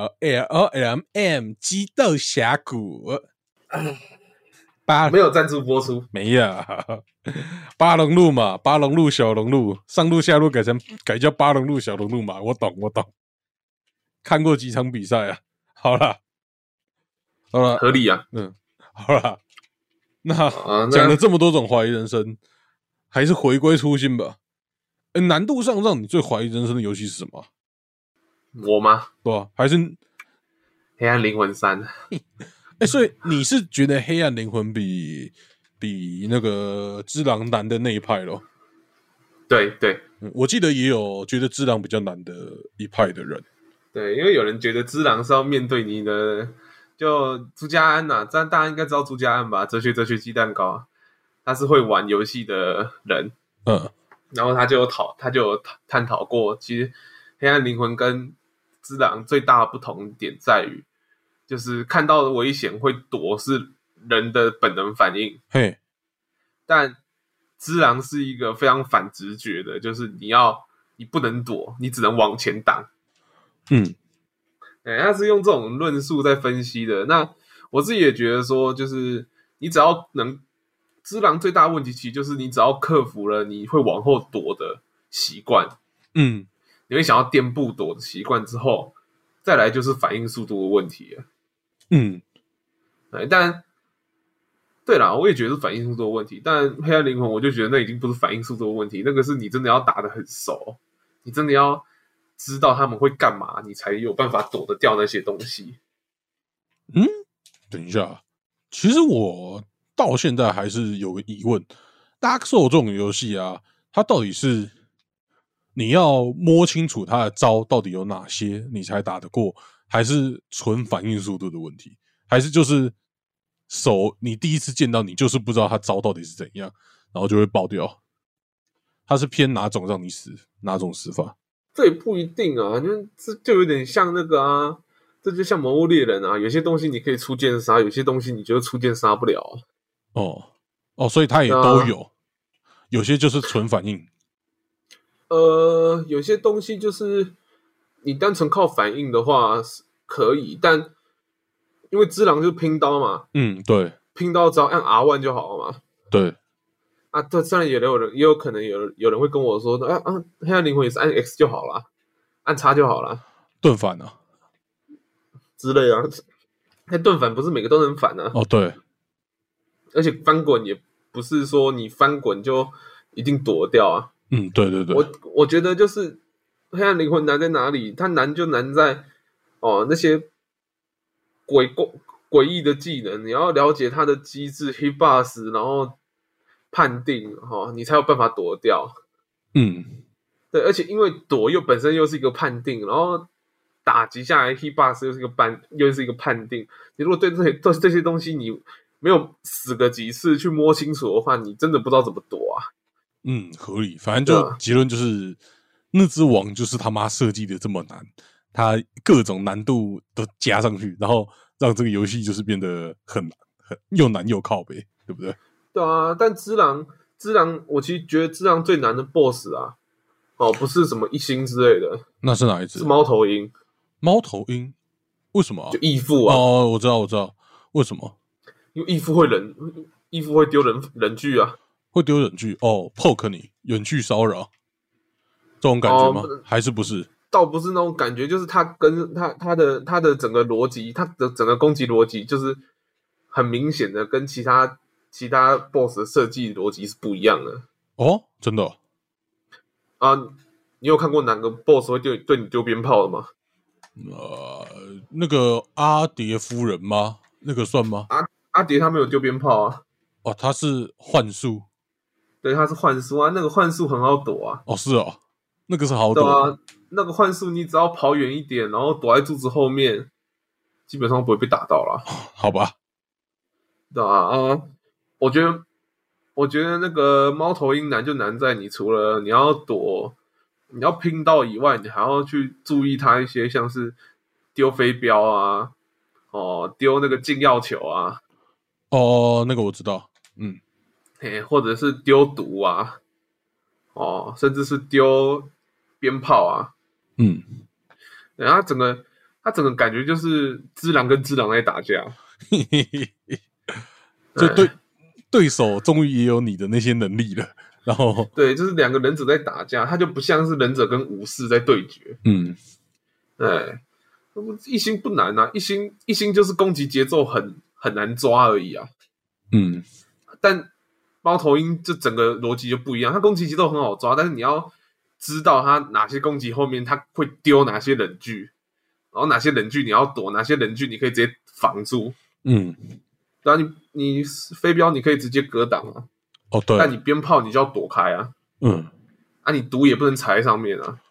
LOLM 激斗峡谷。 没有赞助播出， 没有。八龙路嘛，八龙路、小龙路，上路下路改叫八龙路、小龙路嘛，我懂。看过几场比赛啊？好了， 合理啊。 好了，那讲了这么多种怀疑人生，还是回归初心吧。难度上让你最怀疑人生的游戏是什么？ 我吗？ 对吧？还是黑暗灵魂3？ 所以你是觉得黑暗灵魂比那个只狼难的那一派咯？ 对对， 我记得也有觉得只狼比较难的一派的人。 对，因为有人觉得只狼是要面对你的，就朱家安呐，这样大家应该知道朱家安吧？哲学鸡蛋糕，他是会玩游戏的人，然后他就有探讨过，其实黑暗灵魂跟只狼最大的不同点在于，就是看到的危险会躲是人的本能反应， 嘿， 但只狼是一个非常反直觉的，就是你不能躲，你只能往前挡。他是用这种论述在分析的。那我自己也觉得说，就是你只要能，只狼最大的问题其实就是你只要克服了你会往后躲的习惯，你会想要垫步躲的习惯之后，再来就是反应速度的问题了。但对啦，我也觉得是反应速度的问题。但黑暗灵魂，我就觉得那已经不是反应速度的问题，那个是你真的要打得很熟，你真的要知道他们会干嘛，你才有办法躲得掉那些东西。 等一下，其实我到现在还是有个疑问，Dark Souls 这种游戏啊，它到底是你要摸清楚它的招到底有哪些，你才打得过，还是纯反应速度的问题，还是就是你第一次见到你就是不知道它招到底是怎样，然后就会爆掉？它是偏哪种让你死，哪种死法？ 这也不一定啊，就有点像那个啊，这就像魔物猎人啊，有些东西你可以出剑杀，有些东西你觉得出剑杀不了。 所以它也都有，有些就是纯反应。 有些东西就是你单纯靠反应的话可以，但因为只狼就是拼刀嘛， 对， 拼刀只要按 R1 就好了嘛。 对。 这虽然也有可能有人会跟我说，黑暗灵魂也是按 X 就好了，按叉就好了， 盾反啊之类啊。那盾反不是每个都能反啊。 对， 而且翻滚也不是说你翻滚就一定躲掉啊。 对对对。 我觉得就是黑暗灵魂难在哪里？它难就难在那些诡异的技能，你要了解它的机制 ，hitbox， 然后判定你才有办法躲掉。对，而且因为躲本身又是一个判定，然后打击下来 hitbox 又是一个判定。你如果对这些东西你没有死个几次去摸清楚的话，你真的不知道怎么躲啊。 合理。反正就结论就是，那只网就是他妈设计的这么难，它各种难度都加上去，然后让这个游戏就是变得很难，又难又靠北，对不对？ 对啊，但只狼，我其实觉得只狼最难的 BOSS 啊，不是什么一星之类的， 那是哪一只？ 是猫头鹰。 猫头鹰为什么啊？ 就义父啊。 我知道，为什么？ 因为义父会丢人具啊， 会丢人具poke 你，远距骚扰，这种感觉吗？还是不是？ 倒不是那种感觉，就是他跟他的整个逻辑，他的整个攻击逻辑，就是很明显的跟其他 BOSS 的设计逻辑是不一样的。 哦，真的啊！你有看过哪个 BOSS 会对你丢鞭炮的吗？ 那个阿蝶夫人吗？那个算吗？ 阿蝶他没有丢鞭炮啊。 哦，他是幻术。 对，他是幻术啊，那个幻术很好躲啊。 哦，是哦，那个是好对躲。 啊，那个幻术你只要跑远一点，然后躲在柱子后面，基本上不会被打到啦。 好吧。 对啊，我觉得那个猫头鹰难就难在你除了你要躲，你要拼到以外，你还要去注意它一些像是丢飞镖啊，丢那个禁药球啊。 哦，那个我知道。 或者是丢毒啊，甚至是丢鞭炮啊。对，它整个感觉就是只狼跟只狼在打架。 就对手终于也有你的那些能力了，然后对，就是两个忍者在打架，它就不像是忍者跟武士在对决。对，一星不难啊，一星就是攻击节奏很难抓而已啊。但猫头鹰这整个逻辑就不一样，它攻击节奏很好抓，但是你要知道它哪些攻击后面它会丢哪些冷具，然后哪些冷具你要躲，哪些冷具你可以直接防住。然后你飞镖你可以直接格挡啊。 哦，对。 但你鞭炮你就要躲开啊。你毒也不能踩在上面啊。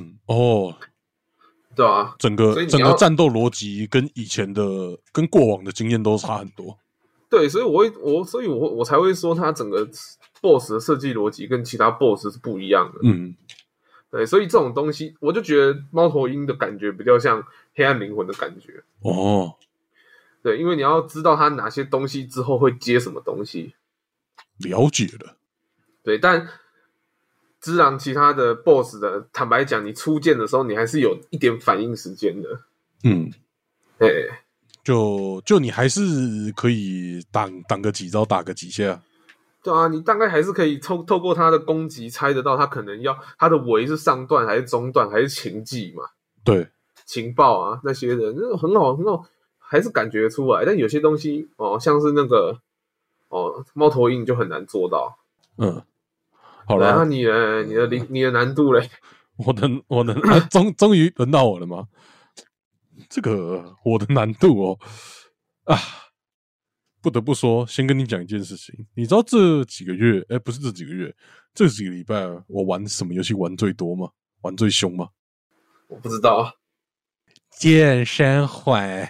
对啊， 整个战斗逻辑跟以前的跟过往的经验都差很多。 对，所以我才会说它整个 BOSS 的设计逻辑跟其他 BOSS 是不一样的。对，所以这种东西我就觉得猫头鹰的感觉比较像黑暗灵魂的感觉。对，因为你要知道它哪些东西之后会接什么东西。 了解了。对， 但只狼其他的 BOSS 的，坦白讲，你出剑的时候你还是有一点反应时间的。对。 就你还是可以挡个几招，打个几下。 对啊，你大概还是可以透过他的攻击猜得到他可能要他的围是上段还是中段还是情技嘛？ 对， 情报啊那些的，那很好，还是感觉出来。但有些东西像是那个猫头鹰就很难做到。 好了， 然后你的难度嘞？ 我的终于轮到我了吗？这个我的难度不得不说，先跟你讲一件事情。你知道这几个月，不是这几个月，这几个礼拜我玩什么游戏玩最多吗？玩最凶吗？ 我不知道。 健身环。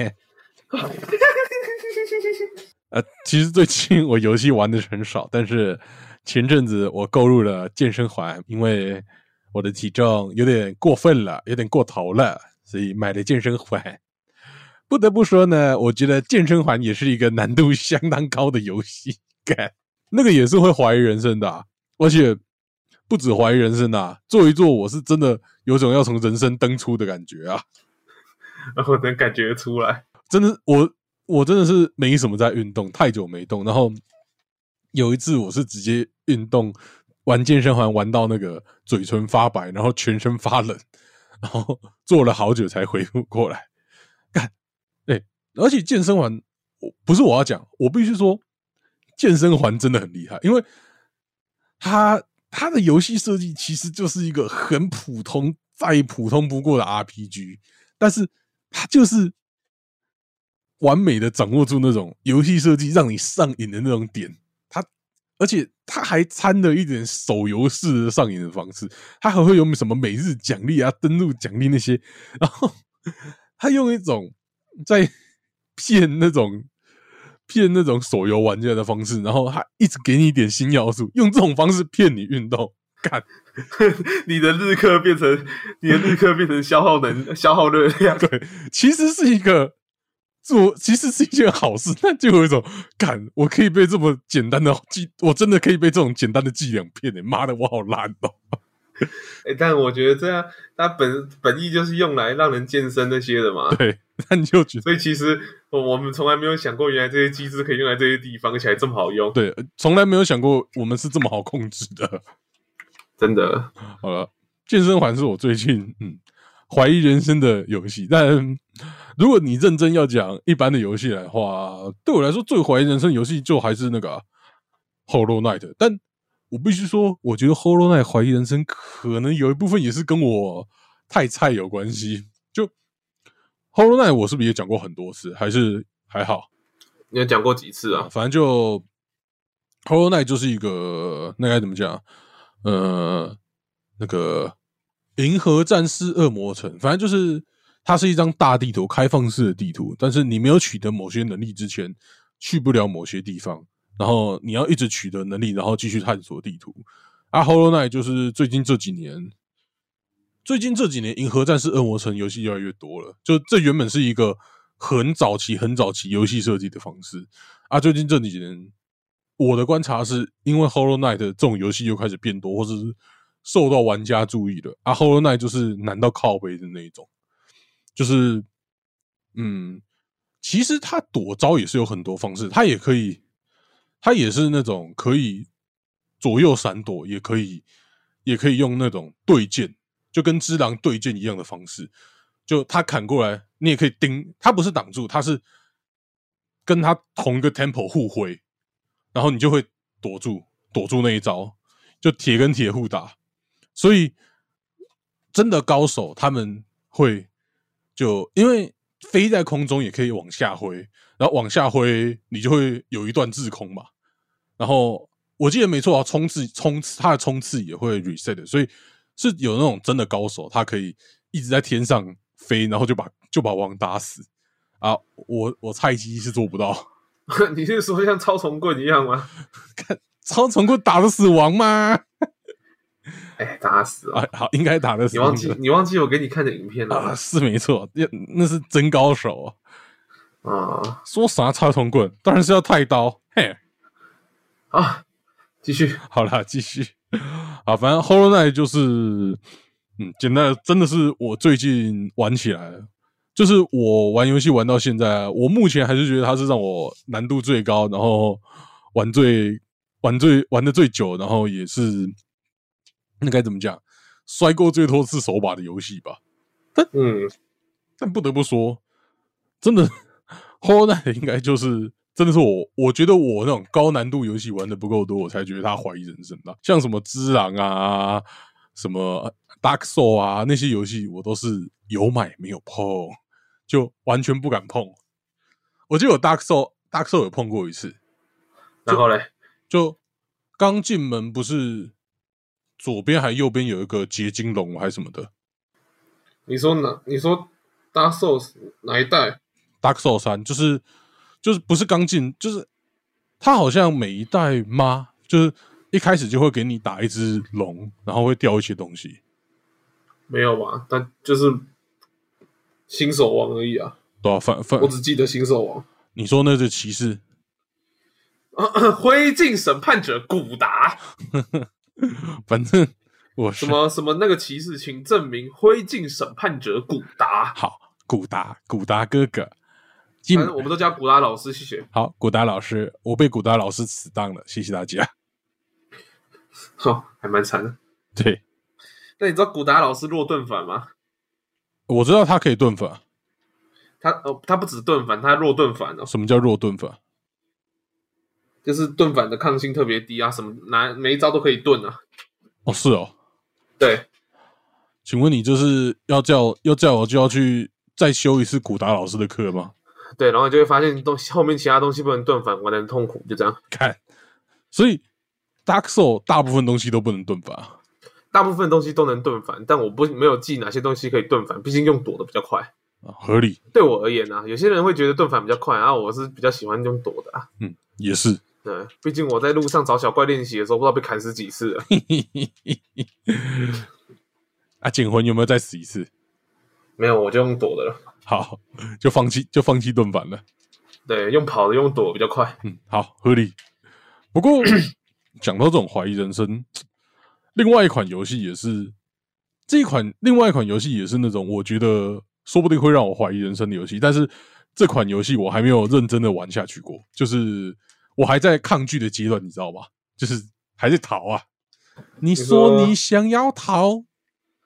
其实最近我游戏玩的很少，但是前阵子我购入了健身环，因为我的体重有点过分了，有点过头了，所以买了健身环。不得不说呢，我觉得健身环也是一个难度相当高的游戏，那个也是会怀疑人生的而且不止怀疑人生做一做我是真的有种要从人生登出的感觉啊。 我能感觉出来， 真的，我真的是没什么在运动，太久没动，然后有一次我是直接运动玩健身环玩到那个嘴唇发白，然后全身发冷，然后做了好久才恢复过来。而且健身环不是我要讲，我必须说健身环真的很厉害，因为它的游戏设计其实就是一个很普通再普通不过的 RPG， 但是它就是完美的掌握住那种游戏设计让你上瘾的那种点，而且它还掺了一点手游式的上瘾的方式，它还会有什么每日奖励啊、登录奖励那些，然后它用一种在骗那种手游玩家的方式，然后他一直给你一点新要素，用这种方式骗你运动，干你的日课变成消耗热量。 对，其实是一件好事，但就有一种干，我可以被这么简单的我真的可以被这种简单的伎俩骗妈的，我好烂但我觉得这样，它本意就是用来让人健身那些的嘛。 对，那你就觉得， 所以其实我们从来没有想过，原来这些机制可以用在这些地方，而且还这么好用。 对，从来没有想过我们是这么好控制的， 真的。 好了， 健身环是我最近怀疑人生的游戏，但如果你认真要讲一般的游戏来的话，对我来说最怀疑人生的游戏就还是那个Hollow Knight。但我必须说，我觉得 Hollow Knight 怀疑人生可能有一部分也是跟我太菜有关系。就 Hollow Knight 我是不是也讲过很多次，还是还好？ 你有讲过几次啊？ 反正就 Hollow Knight 就是一个那该怎么讲？那个银河战士恶魔城，反正就是它是一张大地图，开放式的地图，但是你没有取得某些能力之前，去不了某些地方，然后你要一直取得能力，然后继续探索地图。Hollow Knight 就是最近这几年银河战士恶魔城游戏越来越多了，就这原本是一个很早期游戏设计的方式最近这几年我的观察是因为 Hollow Knight 这种游戏又开始变多，或是受到玩家注意了Hollow Knight 就是难到靠背的那一种，就是其实他躲招也是有很多方式，他也是那种可以左右闪躲，也可以用那种对剑，就跟只狼对剑一样的方式，就他砍过来你也可以盯，他不是挡住，他是跟他同一个 tempo 互挥，然后你就会躲住那一招，就铁跟铁互打。所以真的高手他们会就因为飞在空中也可以往下挥，然后往下挥你就会有一段滞空嘛，然后我记得没错冲刺他的冲刺也会 reset 所以是有那种真的高手他可以一直在天上飞，然后就把王打死我菜鸡是做不到。 你是说像超重棍一样吗？ 看超重棍打得死王吗？ 打死好，应该打得死。 你忘记我给你看的影片了是没错，那是真高手说啥超重棍，当然是要太刀。嘿， 继续。 好啦，继续。好，反正 Hollow Knight 就是简单的，真的是我最近玩起来了。就是我玩游戏玩到现在，我目前还是觉得它是让我难度最高，然后玩的最久，然后也是那该怎么讲，摔过最多次手把的游戏吧。但不得不说，真的 Hollow Knight 应该就是真的是我觉得我那种高难度游戏玩的不够多，我才觉得他怀疑人生的。像什么只狼啊，什么 Dark Soul 啊，那些游戏我都是有买没有碰，就完全不敢碰。我记得有 Dark Soul 有碰过一次， 然后嘞， 就刚进门不是左边还右边有一个结晶龙还是什么的？ 你说 Dark Souls 哪一代 ？Dark Souls 3就是不是刚进，就是它好像每一代吗？就是一开始就会给你打一只龙，然后会掉一些东西。 没有吧？但就是新手王而已啊。 对啊， 我只记得新手王。 你说那是骑士？ 灰烬审判者古达。 反正我是什么那个骑士，请证明灰烬审判者古达。 好，古达哥哥。 反正我们都叫古达老师，谢谢。 好，古达老师，我被古达老师死当了，谢谢大家。 还蛮惨的。 对， 那你知道古达老师弱盾反吗？ 我知道他可以盾反。 他不止盾反，他弱盾反哦。 什么叫弱盾反？ 就是盾反的抗性特别低啊，什么每一招都可以盾啊。 是哦。 对。 请问你就是要叫我就要去再修一次古达老师的课吗？ 对，然后你就会发现后面其他东西不能盾反，玩得很痛苦，就这样。 看，所以 Dark Soul 大部分东西都不能盾反。 大部分东西都能盾反，但我没有记哪些东西可以盾反，毕竟用躲的比较快。 合理。 对我而言啊，有些人会觉得盾反比较快我是比较喜欢用躲的啊。 也是。 对，毕竟我在路上找小怪练习的时候，不知道被砍死几次了。 捡魂有没有再死一次？ 没有，我就用躲的了。 好，就放弃盾反了。 对，用跑的用躲比较快。 好，合理。不过讲到这种怀疑人生，另外一款游戏也是另外一款游戏也是那种我觉得说不定会让我怀疑人生的游戏，但是这款游戏我还没有认真的玩下去过，就是我还在抗拒的阶段，你知道吗？就是还在逃啊。你说你想要逃，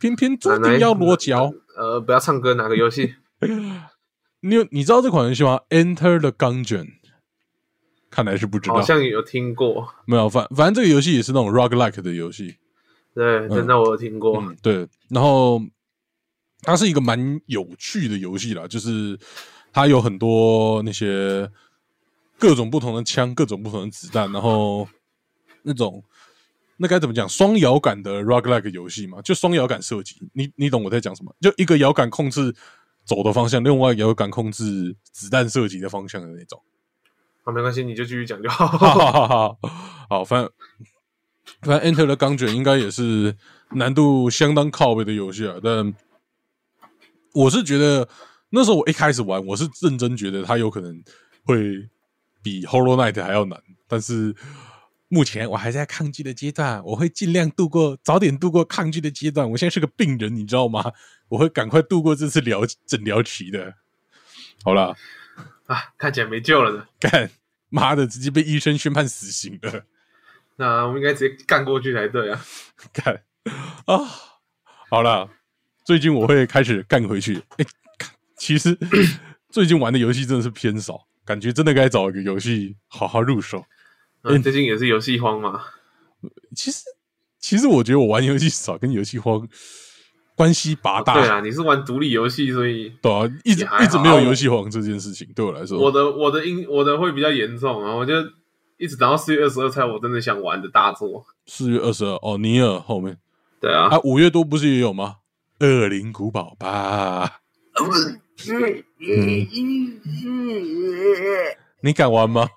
偏偏注定要裸脚。 不要唱歌，哪个游戏？ 你知道这款游戏吗 ？Enter the Gungeon， 看来是不知道， 好像有听过。 没有，反正这个游戏也是那种 roguelike 的游戏。 对，真的我有听过。 对，然后它是一个蛮有趣的游戏啦，就是它有很多那些各种不同的枪、各种不同的子弹，然后那该怎么讲？双摇杆的 roguelike 游戏嘛，就双摇杆射击。你懂我在讲什么？就一个摇杆控制走的方向，另外一个摇杆控制子弹射击的方向的那种。 好，没关系，你就继续讲就好。 好，反正 Enter 的钢卷应该也是难度相当靠北的游戏啊，但我是觉得那时候我一开始玩，我是认真觉得它有可能会比 Hollow Knight 还要难，但是目前我还在抗拒的阶段，我会尽量早点度过抗拒的阶段。我现在是个病人，你知道吗？我会赶快度过这次诊疗期的。好啦， 看起来没救了呢。 干妈的，直接被医生宣判死刑了。 那我们应该直接干过去才对啊！ 干啊，好啦，最近我会开始干回去。其实最近玩的游戏真的是偏少，感觉真的该找一个游戏好好入手。 最近也是游戏荒嘛。 其实我觉得我玩游戏少跟游戏荒关系拔大。 对啊，你是玩独立游戏，所以对啊，一直没有游戏荒这件事情对我来说。 我的会比较严重啊，我就一直等到4月22才我真的想玩的大作。 4月22哦，尼尔后面。 对啊 ，5月多不是也有吗？恶灵古堡吧。你敢玩吗？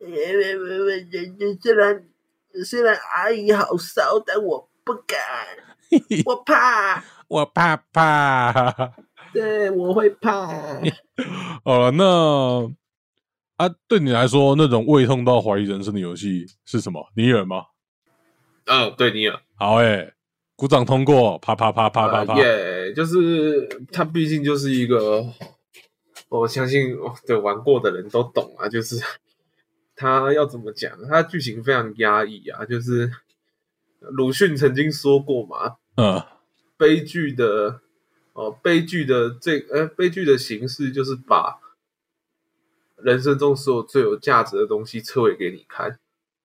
虽然阿姨好骚，但我不敢，我怕， 我怕， 对，我会怕。 好了，那对你来说，那种胃痛到怀疑人生的游戏是什么？尼尔吗？ 对，尼尔。 好鼓掌通过，啪啪啪啪啪啪。 就是它毕竟就是一个，我相信对玩过的人都懂啊，就是他要怎么讲，他剧情非常压抑啊，就是鲁迅曾经说过嘛，悲剧的形式就是把人生中所有最有价值的东西摧毁给你看。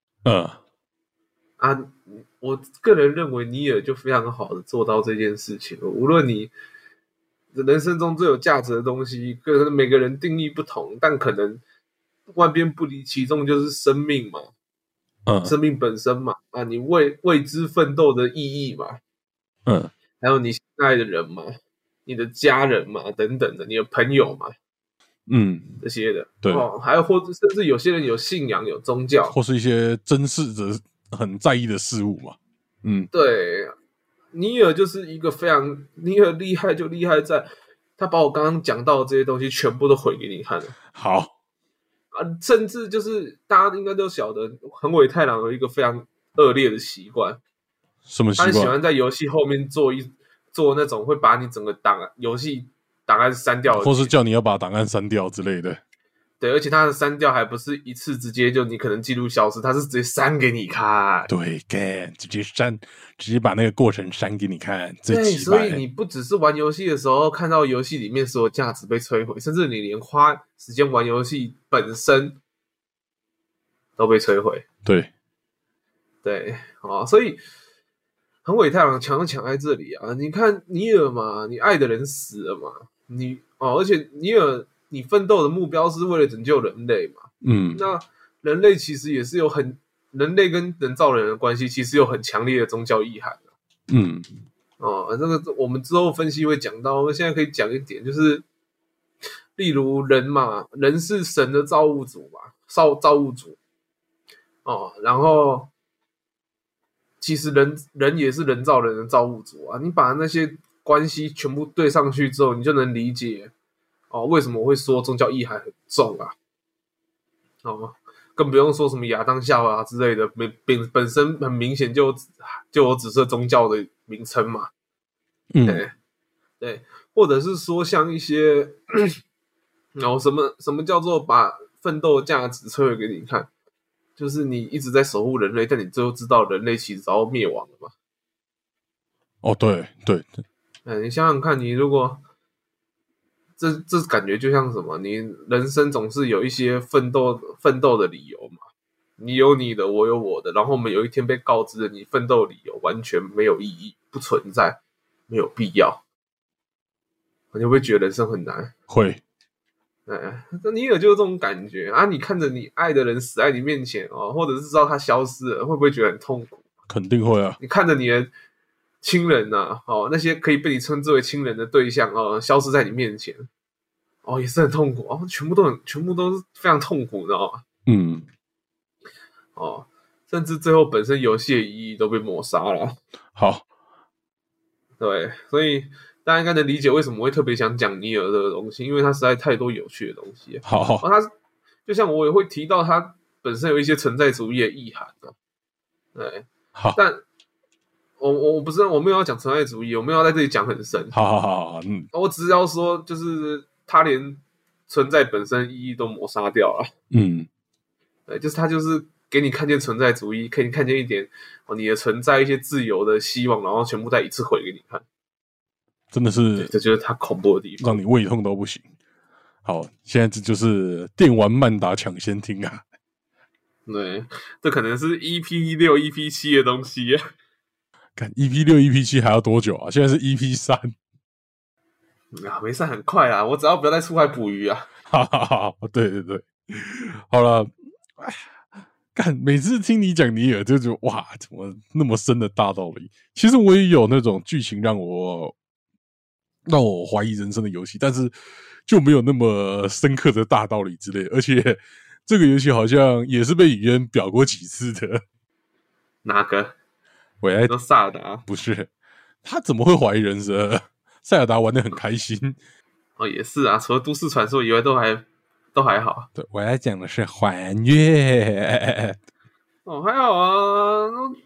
我个人认为尼尔就非常好的做到这件事情。无论你人生中最有价值的东西，可能每个人定义不同，但可能万变不离其宗，就是生命嘛，生命本身嘛，你为之奋斗的意义嘛，还有你心爱的人嘛，你的家人嘛，等等的，你的朋友嘛，这些的， 对， 还有或者甚至有些人有信仰、有宗教， 或是一些珍视着很在意的事物嘛， 对。尼尔就是一个尼尔厉害就厉害在，他把我刚刚讲到的这些东西全部都毁给你看了。 好甚至就是大家应该都晓得，横尾太郎有一个非常恶劣的习惯。 什么习惯？ 他喜欢在游戏后面做那种会把你整个游戏档案删掉的， 或是叫你要把档案删掉之类的。 对，而且他的删掉还不是一次直接就你可能记录消失，他是直接删给你看。 对，直接把那个过程删给你看。 对，所以你不只是玩游戏的时候看到游戏里面所有价值被摧毁，甚至你连花时间玩游戏本身都被摧毁。 对， 所以横尾太郎强在这里啊！你看尼尔嘛，你爱的人死了嘛，而且尼尔你奋斗的目标是为了拯救人类嘛，那人类其实也是人类跟人造人的关系其实有很强烈的宗教意涵这个我们之后分析会讲到，我们现在可以讲一点，就是例如人嘛，人是神的造物主嘛，造物主然后其实人也是人造人的造物主啊，你把那些关系全部对上去之后，你就能理解为什么我会说宗教意涵很重啊，更不用说什么亚当夏娃之类的，本身很明显就有指涉宗教的名称嘛，对，或者是说像一些什么叫做把奋斗的价值摧毁给你看，就是你一直在守护人类，但你最后知道人类其实早要灭亡了嘛。 哦，对对对， 你想想看，你如果这感觉就像什么？你人生总是有一些奋斗的理由嘛。你有你的，我有我的，然后我们有一天被告知了你奋斗理由完全没有意义，不存在，没有必要，你会不会觉得人生很难？ 会。 那尼尔就是这种感觉啊！你看着你爱的人死在你面前哦，或者是知道他消失了，会不会觉得很痛苦？ 肯定会啊！ 你看着你的亲人呐、哦，那些可以被你称之为亲人的对象哦，消失在你面前，哦，也是很痛苦哦，全部都是非常痛苦，你知道吗？ 嗯， 哦，甚至最后本身游戏的意义都被抹杀了。 好， 对，所以大家应该能理解为什么会特别想讲尼尔这个东西，因为它实在太多有趣的东西。 好， 它就像我也会提到，它本身有一些存在主义的意涵的。对， 好， 但我不是我没有要讲存在主义，我没有要在这里讲很深。 好， 我只是要说，就是它连存在本身意义都抹杀掉了。对，就是它就是给你看见存在主义，可以看见一点你的存在一些自由的希望，然后全部再一次毁给你看。 真的是， 这就是它恐怖的地方， 让你胃痛都不行。好，现在这就是电玩曼达抢先听啊！ 对，这可能是 EP6、EP7 的东西。 看 EP6、EP7 还要多久啊？现在是 EP3。 没事，很快啦，我只要不要再出海捕鱼啊。 好，对，好了。干，每次听你讲尼尔，就觉得哇，怎么那么深的大道理？其实我也有那种剧情让我怀疑人生的游戏，但是就没有那么深刻的大道理之类的。而且这个游戏好像也是被语言表过几次的。 哪个？ 喂， 说萨尔达？ 不是，他怎么会怀疑人生？塞尔达玩得很开心。 哦，也是啊，除了都市传说以外，都还好。 对，我要讲的是还愿。 哦，还好啊，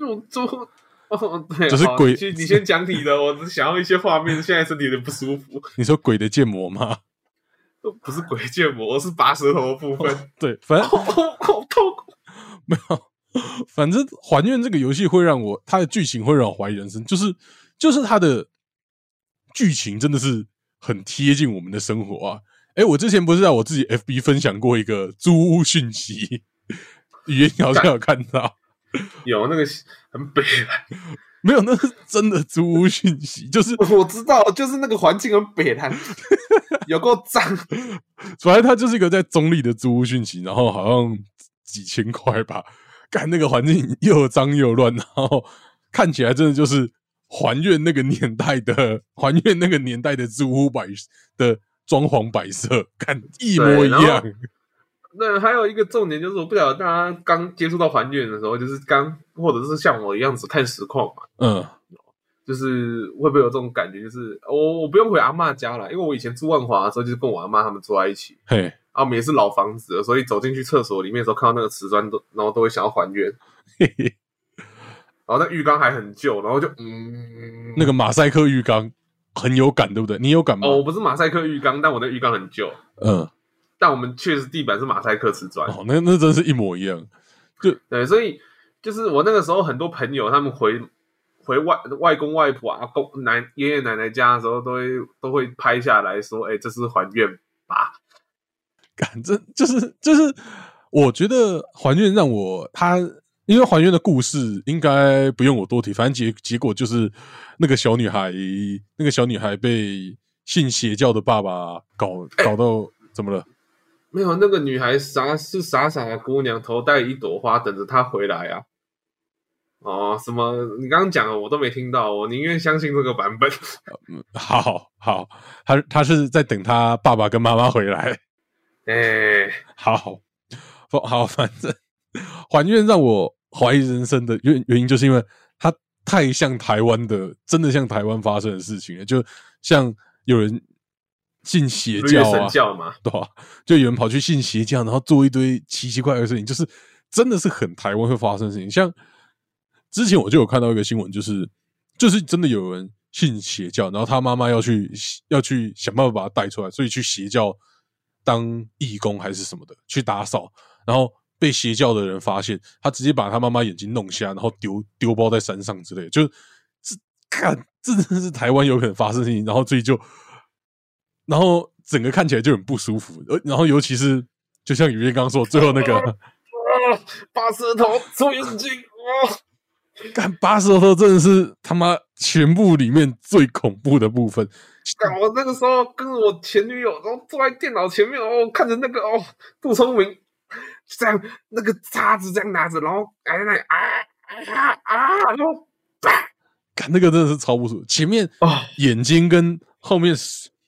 对， 就是鬼， 你先讲你的，我只想要一些画面，现在身体有点不舒服。 你说鬼的建模吗？ 不是鬼建模，是拔舌头的部分。 对，反正好痛苦。 没有，反正还愿这个游戏会让我，它的剧情会让我怀疑人生，就是它的剧情真的是很贴近我们的生活啊！我之前不是在我自己 FB 分享过一个租屋讯息，语言好像有看到， 有那个很北蓝， 没有，那是真的租屋讯息，就是我知道，就是那个环境很北蓝，有够脏。 反正它就是一个在中立的租屋讯息，然后好像几千块吧，干那个环境又脏又乱，然后看起来真的就是还愿那个年代的租屋的装潢摆设，看一模一样。 那还有一个重点就是，我不晓得大家刚接触到还愿的时候，就是或者是像我一样只看实况嘛，就是会不会有这种感觉？就是我不用回阿嬷家了，因为我以前住万华的时候，就是跟我阿嬷他们住在一起， 嘿， 我们也是老房子了，所以走进去厕所里面的时候，看到那个瓷砖然后都会想要还愿， 嘿嘿， 然后那浴缸还很旧，然后就那个马赛克浴缸很有感，对不对？你有感吗？ 我不是马赛克浴缸，但我的浴缸很旧，但我们确实地板是马赛克瓷砖， 那真是一模一样， 对，所以就是我那个时候很多朋友他们回外公外婆啊、爷爷奶奶家的时候，都会拍下来说，这是还愿吧？ 感这就是，我觉得还愿让我因为还愿的故事应该不用我多提，反正结果就是那个小女孩被信邪教的爸爸搞到怎么了？ 没有，那个女孩傻傻的姑娘，头戴一朵花，等着他回来啊！什么？你刚刚讲的我都没听到，我宁愿相信这个版本。 好，他是在等他爸爸跟妈妈回来。好，反正还愿让我怀疑人生的原因，就是因为它太像台湾的，真的像台湾发生的事情了，就像有人信邪教啊， 神教嘛， 对吧？就有人跑去信邪教，然后做一堆奇奇怪怪的事情，就是真的是很台湾会发生的事情。像之前我就有看到一个新闻，就是真的有人信邪教，然后他妈妈要去想办法把他带出来，所以去邪教当义工还是什么的去打扫，然后被邪教的人发现，他直接把他妈妈眼睛弄瞎，然后丢包在山上之类的，就看，这真的是台湾有可能发生的事情，然后所以就，然后整个看起来就很不舒服，然后尤其是就像雨燕刚刚说，最后那个拔舌头抽眼睛， 干拔舌头真的是他妈全部里面最恐怖的部分。 我那个时候跟我前女友，然后坐在电脑前面，看着那个杜聪明这样那个叉子这样拿着，然后在那里然后看那个真的是超不舒服，前面眼睛跟后面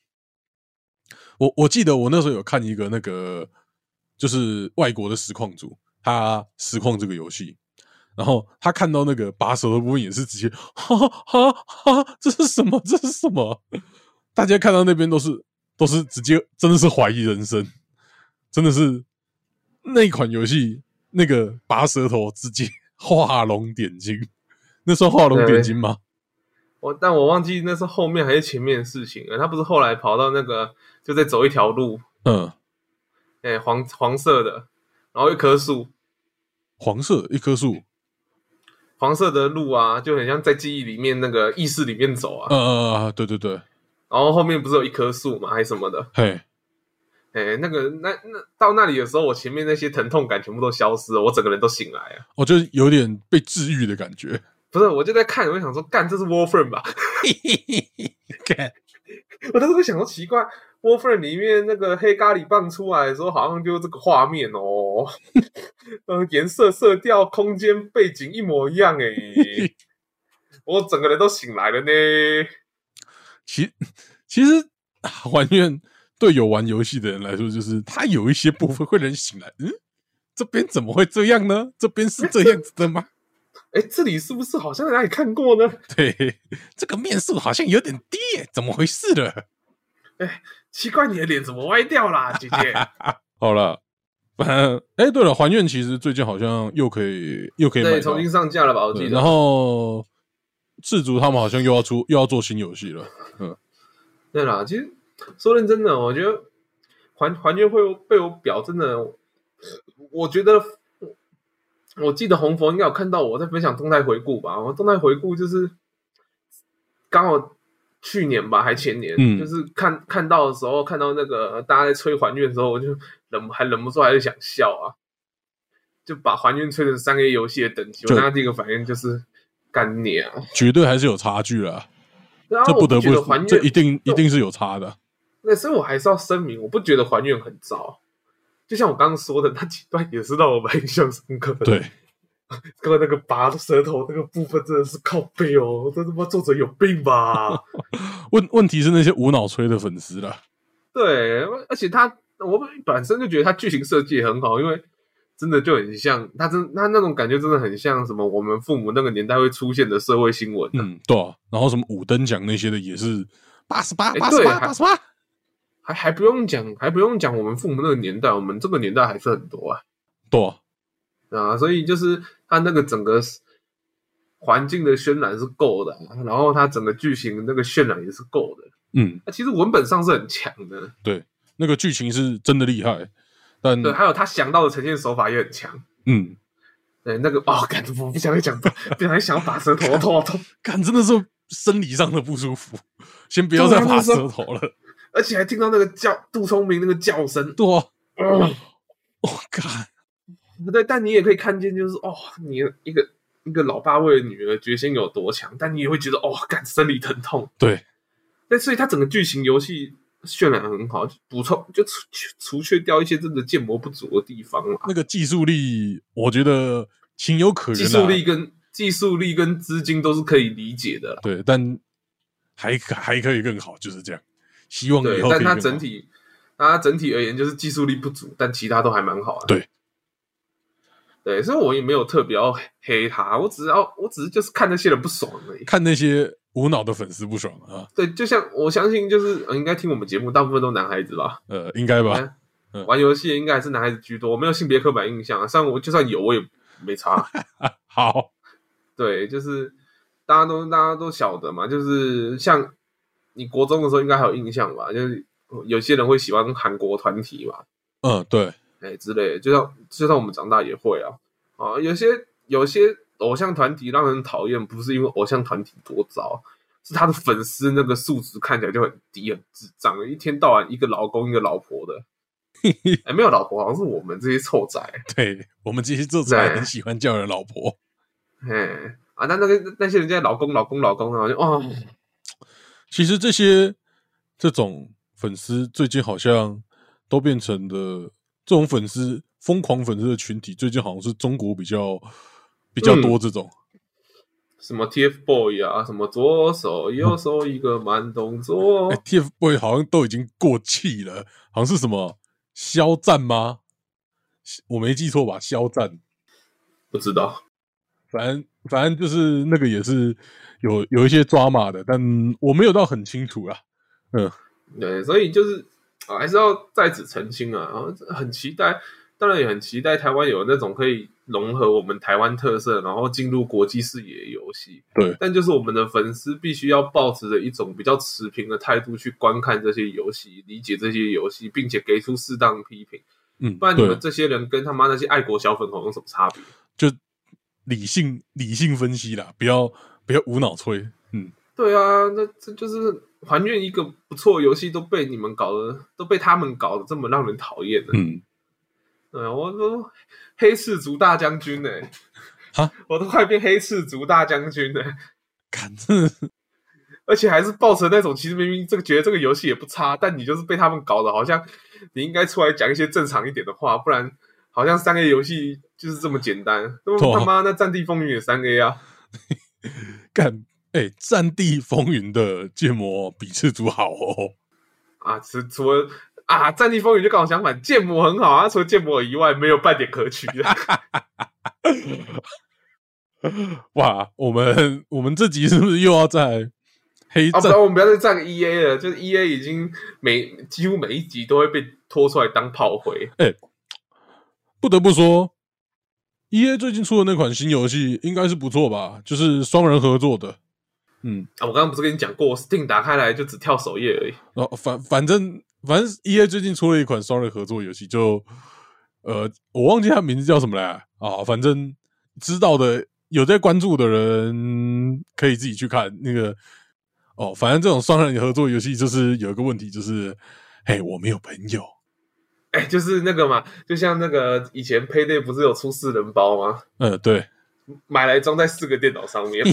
我记得我那时候有看一个那个就是外国的实况组，他实况这个游戏，然后他看到那个拔舌的部分也是直接哈哈哈，这是什么？这是什么？大家看到那边都是直接真的是怀疑人生，真的是那一款游戏那个拔舌头直接画龙点睛，那算画龙点睛吗？ 但我忘记那是后面还是前面的事情了。他不是后来跑到那个就在走一条路，黄色的，然后一棵树， 黄色一棵树， 黄色的路啊，就很像在记忆里面那个意识里面走啊。对对对。 然后后面不是有一棵树嘛，还是什么的？ 嘿， 那到那里的时候，我前面那些疼痛感全部都消失了，我整个人都醒来了。 我就有点被治愈的感觉。 不是，我就在看，我就想说，干，这是 Warframe 吧？我当时想说奇怪 ，Warframe 里面那个黑咖喱棒出来的时候，好像就这个画面颜色、色调、空间、背景一模一样我整个人都醒来了呢。 其实还原对有玩游戏的人来说，就是它有一些部分会让人醒来，这边怎么会这样呢？这边是这样子的吗？ 这里是不是好像在哪里看过呢？ 对，这个面数好像有点低耶，怎么回事了？ 奇怪，你的脸怎么歪掉啦，姐姐？ 好了，对了，还愿其实最近好像又可以买到， 对，重新上架了吧？我记得。 然后赤足他们好像又要做新游戏了。 对啦，其实说认真的，我觉得还愿会被我表真的，我觉得。我记得红佛应该有看到我在分享动态回顾吧，我动态回顾就是刚好去年吧，还前年，就是看到的时候，看到那个大家在吹还愿的时候，我就忍不住还是想笑啊，就把还愿吹成3A 游戏的等级，我当时第一个反应就是干你啊， 绝对还是有差距啦，这不得不这一定是有差的。 对，所以我还是要声明，我不觉得还愿很糟。就像我刚刚说的，那几段也是让我蛮印象深刻的。 对， 刚刚那个拔舌头那个部分真的是靠背哦，这他妈作者有病吧？ 问题是那些无脑吹的粉丝啦。 对，而且我本身就觉得他剧情设计也很好，因为真的就很像他那种感觉，真的很像什么我们父母那个年代会出现的社会新闻。 对啊，然后什么五等奖那些的也是88。 还不用讲，我们父母那个年代，我们这个年代还是很多啊。 对啊，所以就是他那个整个环境的渲染是够的，然后他整个剧情那个渲染也是够的。其实文本上是很强的。 对，那个剧情是真的厉害，但对，还有他想到的呈现手法也很强。对，那个干我不想再讲，不想再想拔舌头，头好痛， 干真的是生理上的不舒服，先不要再拔舌头了。 而且还听到那个杜聪明那个叫声， 对干， 对，但你也可以看见，就是你一个老爸为了女儿决心有多强，但你也会觉得干生理疼痛。 对， 所以他整个剧情游戏渲染很好，补充就除却掉一些真的建模不足的地方啦。 那个技术力，我觉得情有可原。 技术力跟资金都是可以理解的啦。 对，但还可以更好，就是这样。希望以后可以更好。 但它整体而言就是技术力不足，但其他都还蛮好的。对，所以我也没有特别要黑他，我只是就是看那些人不爽而已， 看那些无脑的粉丝不爽啊。 对，就像我相信就是应该听我们节目大部分都男孩子吧？ 应该吧。 玩游戏应该还是男孩子居多，我没有性别刻板印象啊。我就算有，我也没差。 好， 对，就是大家都晓得嘛，就是像你国中的时候应该还有印象吧？就是有些人会喜欢韩国团体嘛， 对， 之类的，就像我们长大也会啊，有些偶像团体让人讨厌，不是因为偶像团体多糟，是他的粉丝那个素质看起来就很低很智障，一天到晚一个老公一个老婆的。没有老婆，好像是我们这些臭仔。 对，我们这些臭仔很喜欢叫人老婆。 那些人家老公，然后就哦。 其实这种粉丝最近好像都变成了这种疯狂粉丝的群体，最近好像是中国比较多这种。 什么 TFBOY 啊，什么左手右手一个慢动作。 TFBOY 好像都已经过气了，好像是什么肖战吗？我没记错吧？肖战不知道。 反正就是那个也是有一些抓马的，但我没有到很清楚啦。 对，所以就是还是要在此澄清啊，很期待，当然也很期待台湾有那种可以融合我们台湾特色，然后进入国际视野的游戏。 对， 但就是我们的粉丝必须要抱持着一种比较持平的态度去观看这些游戏，理解这些游戏，并且给出适当的批评。不然你们这些人跟他妈那些爱国小粉红有什么差别？ 就理性分析啦，不要无脑吹。 对啊，那这就是还原一个不错的游戏都被他们搞得这么让人讨厌了。我都黑赤足大将军我都快变黑赤足大将军了。而且还是抱成那种，其实明明觉得这个游戏也不差，但你就是被他们搞得好像你应该出来讲一些正常一点的话，不然好像3A 游戏就是这么简单。他妈那战地风云也3A 啊！ 战地风云的建模比赤足好哦。 除了战地风云就刚好相反，建模很好除了建模以外没有半点可取的。 哇，我们这集是不是又要在黑战？ 我们不要再站 EA 了，就是 EA 已经几乎每一集都会被拖出来当炮灰。 不得不说 ，EA 最近出的那款新游戏应该是不错吧？就是双人合作的。 我刚刚不是跟你讲过 ，Steam 打开来就只跳首页而已。 反正 EA 最近出了一款双人合作游戏，就我忘记它名字叫什么了反正知道的有在关注的人可以自己去看那个反正这种双人合作游戏就是有一个问题，就是我没有朋友。 就是那个嘛，就像那个以前 Payday 不是有出4人包吗？ 对。 买来装在4个电脑上面。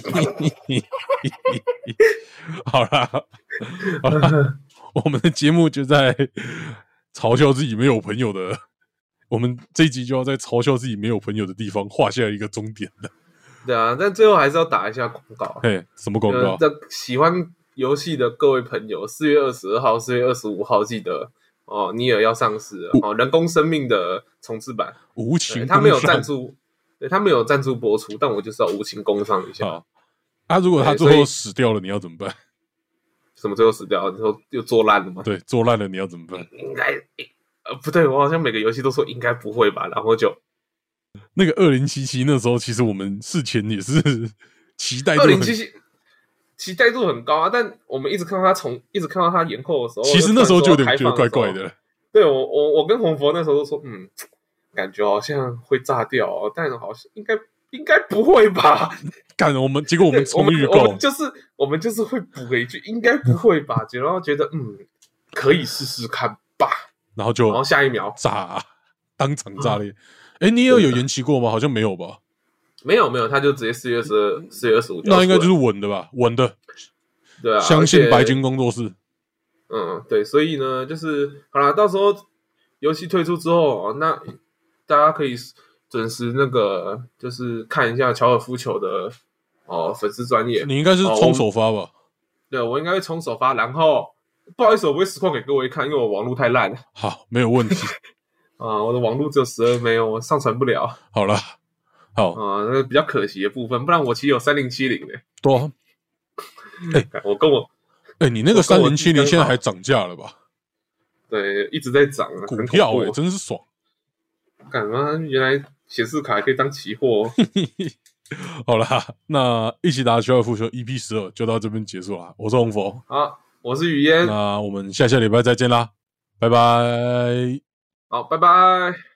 好啦，我们的节目就在嘲笑自己没有朋友的，我们这一集就要在嘲笑自己没有朋友的地方画下一个终点了。 对啊，但最后还是要打一下广告。 什么广告？ 喜欢游戏的各位朋友，4月22号、4月25号记得尼尔要上市了人工生命的重置版， 无情他没有赞助。对，他没有赞助播出，但我就是要无情工上一下。 如果他最后死掉了，你要怎么办？ 什么最后死掉？你说又做烂了吗？ 对，做烂了你要怎么办？ 应该不对，我好像每个游戏都说应该不会吧，然后就那个2077那时候，其实我们事前也是期待度 2077期待度很高但我们一直看到他延后的时候， 其实那时候就有点觉得怪怪的。 对，我跟红佛那时候都说感觉好像会炸掉但好像应该不会吧？ 结果我们从预告， 我们就是会补了一句应该不会吧？然后觉得可以试试看吧， 然后下一秒炸，当场炸裂。你有延期过吗？好像没有吧？ 没有，他就直接4月22、4月25。 那应该就是稳的吧？稳的， 对啊， 相信白金工作室。 对，所以呢，就是好啦，到时候游戏推出之后那大家可以准时就是看一下乔尔夫球的粉丝专页。 你应该是冲首发吧？ 对，我应该会冲首发，然后不好意思，我不会实况给各位看，因为我网络太烂了。 好，没有问题。 我的网络只有12 M，我上传不了。 好了，好那个比较可惜的部分，不然我其实有3070的。 多你那个3070现在还涨价了吧？ 对，一直在涨股票真是爽。 干嘛？原来显示卡可以当期货。 好啦，那一起打高尔夫球 EP12 就到这边结束啦。我是洪佛， 好，我是雨嫣。 那我们下礼拜再见啦，拜拜。 好，拜拜。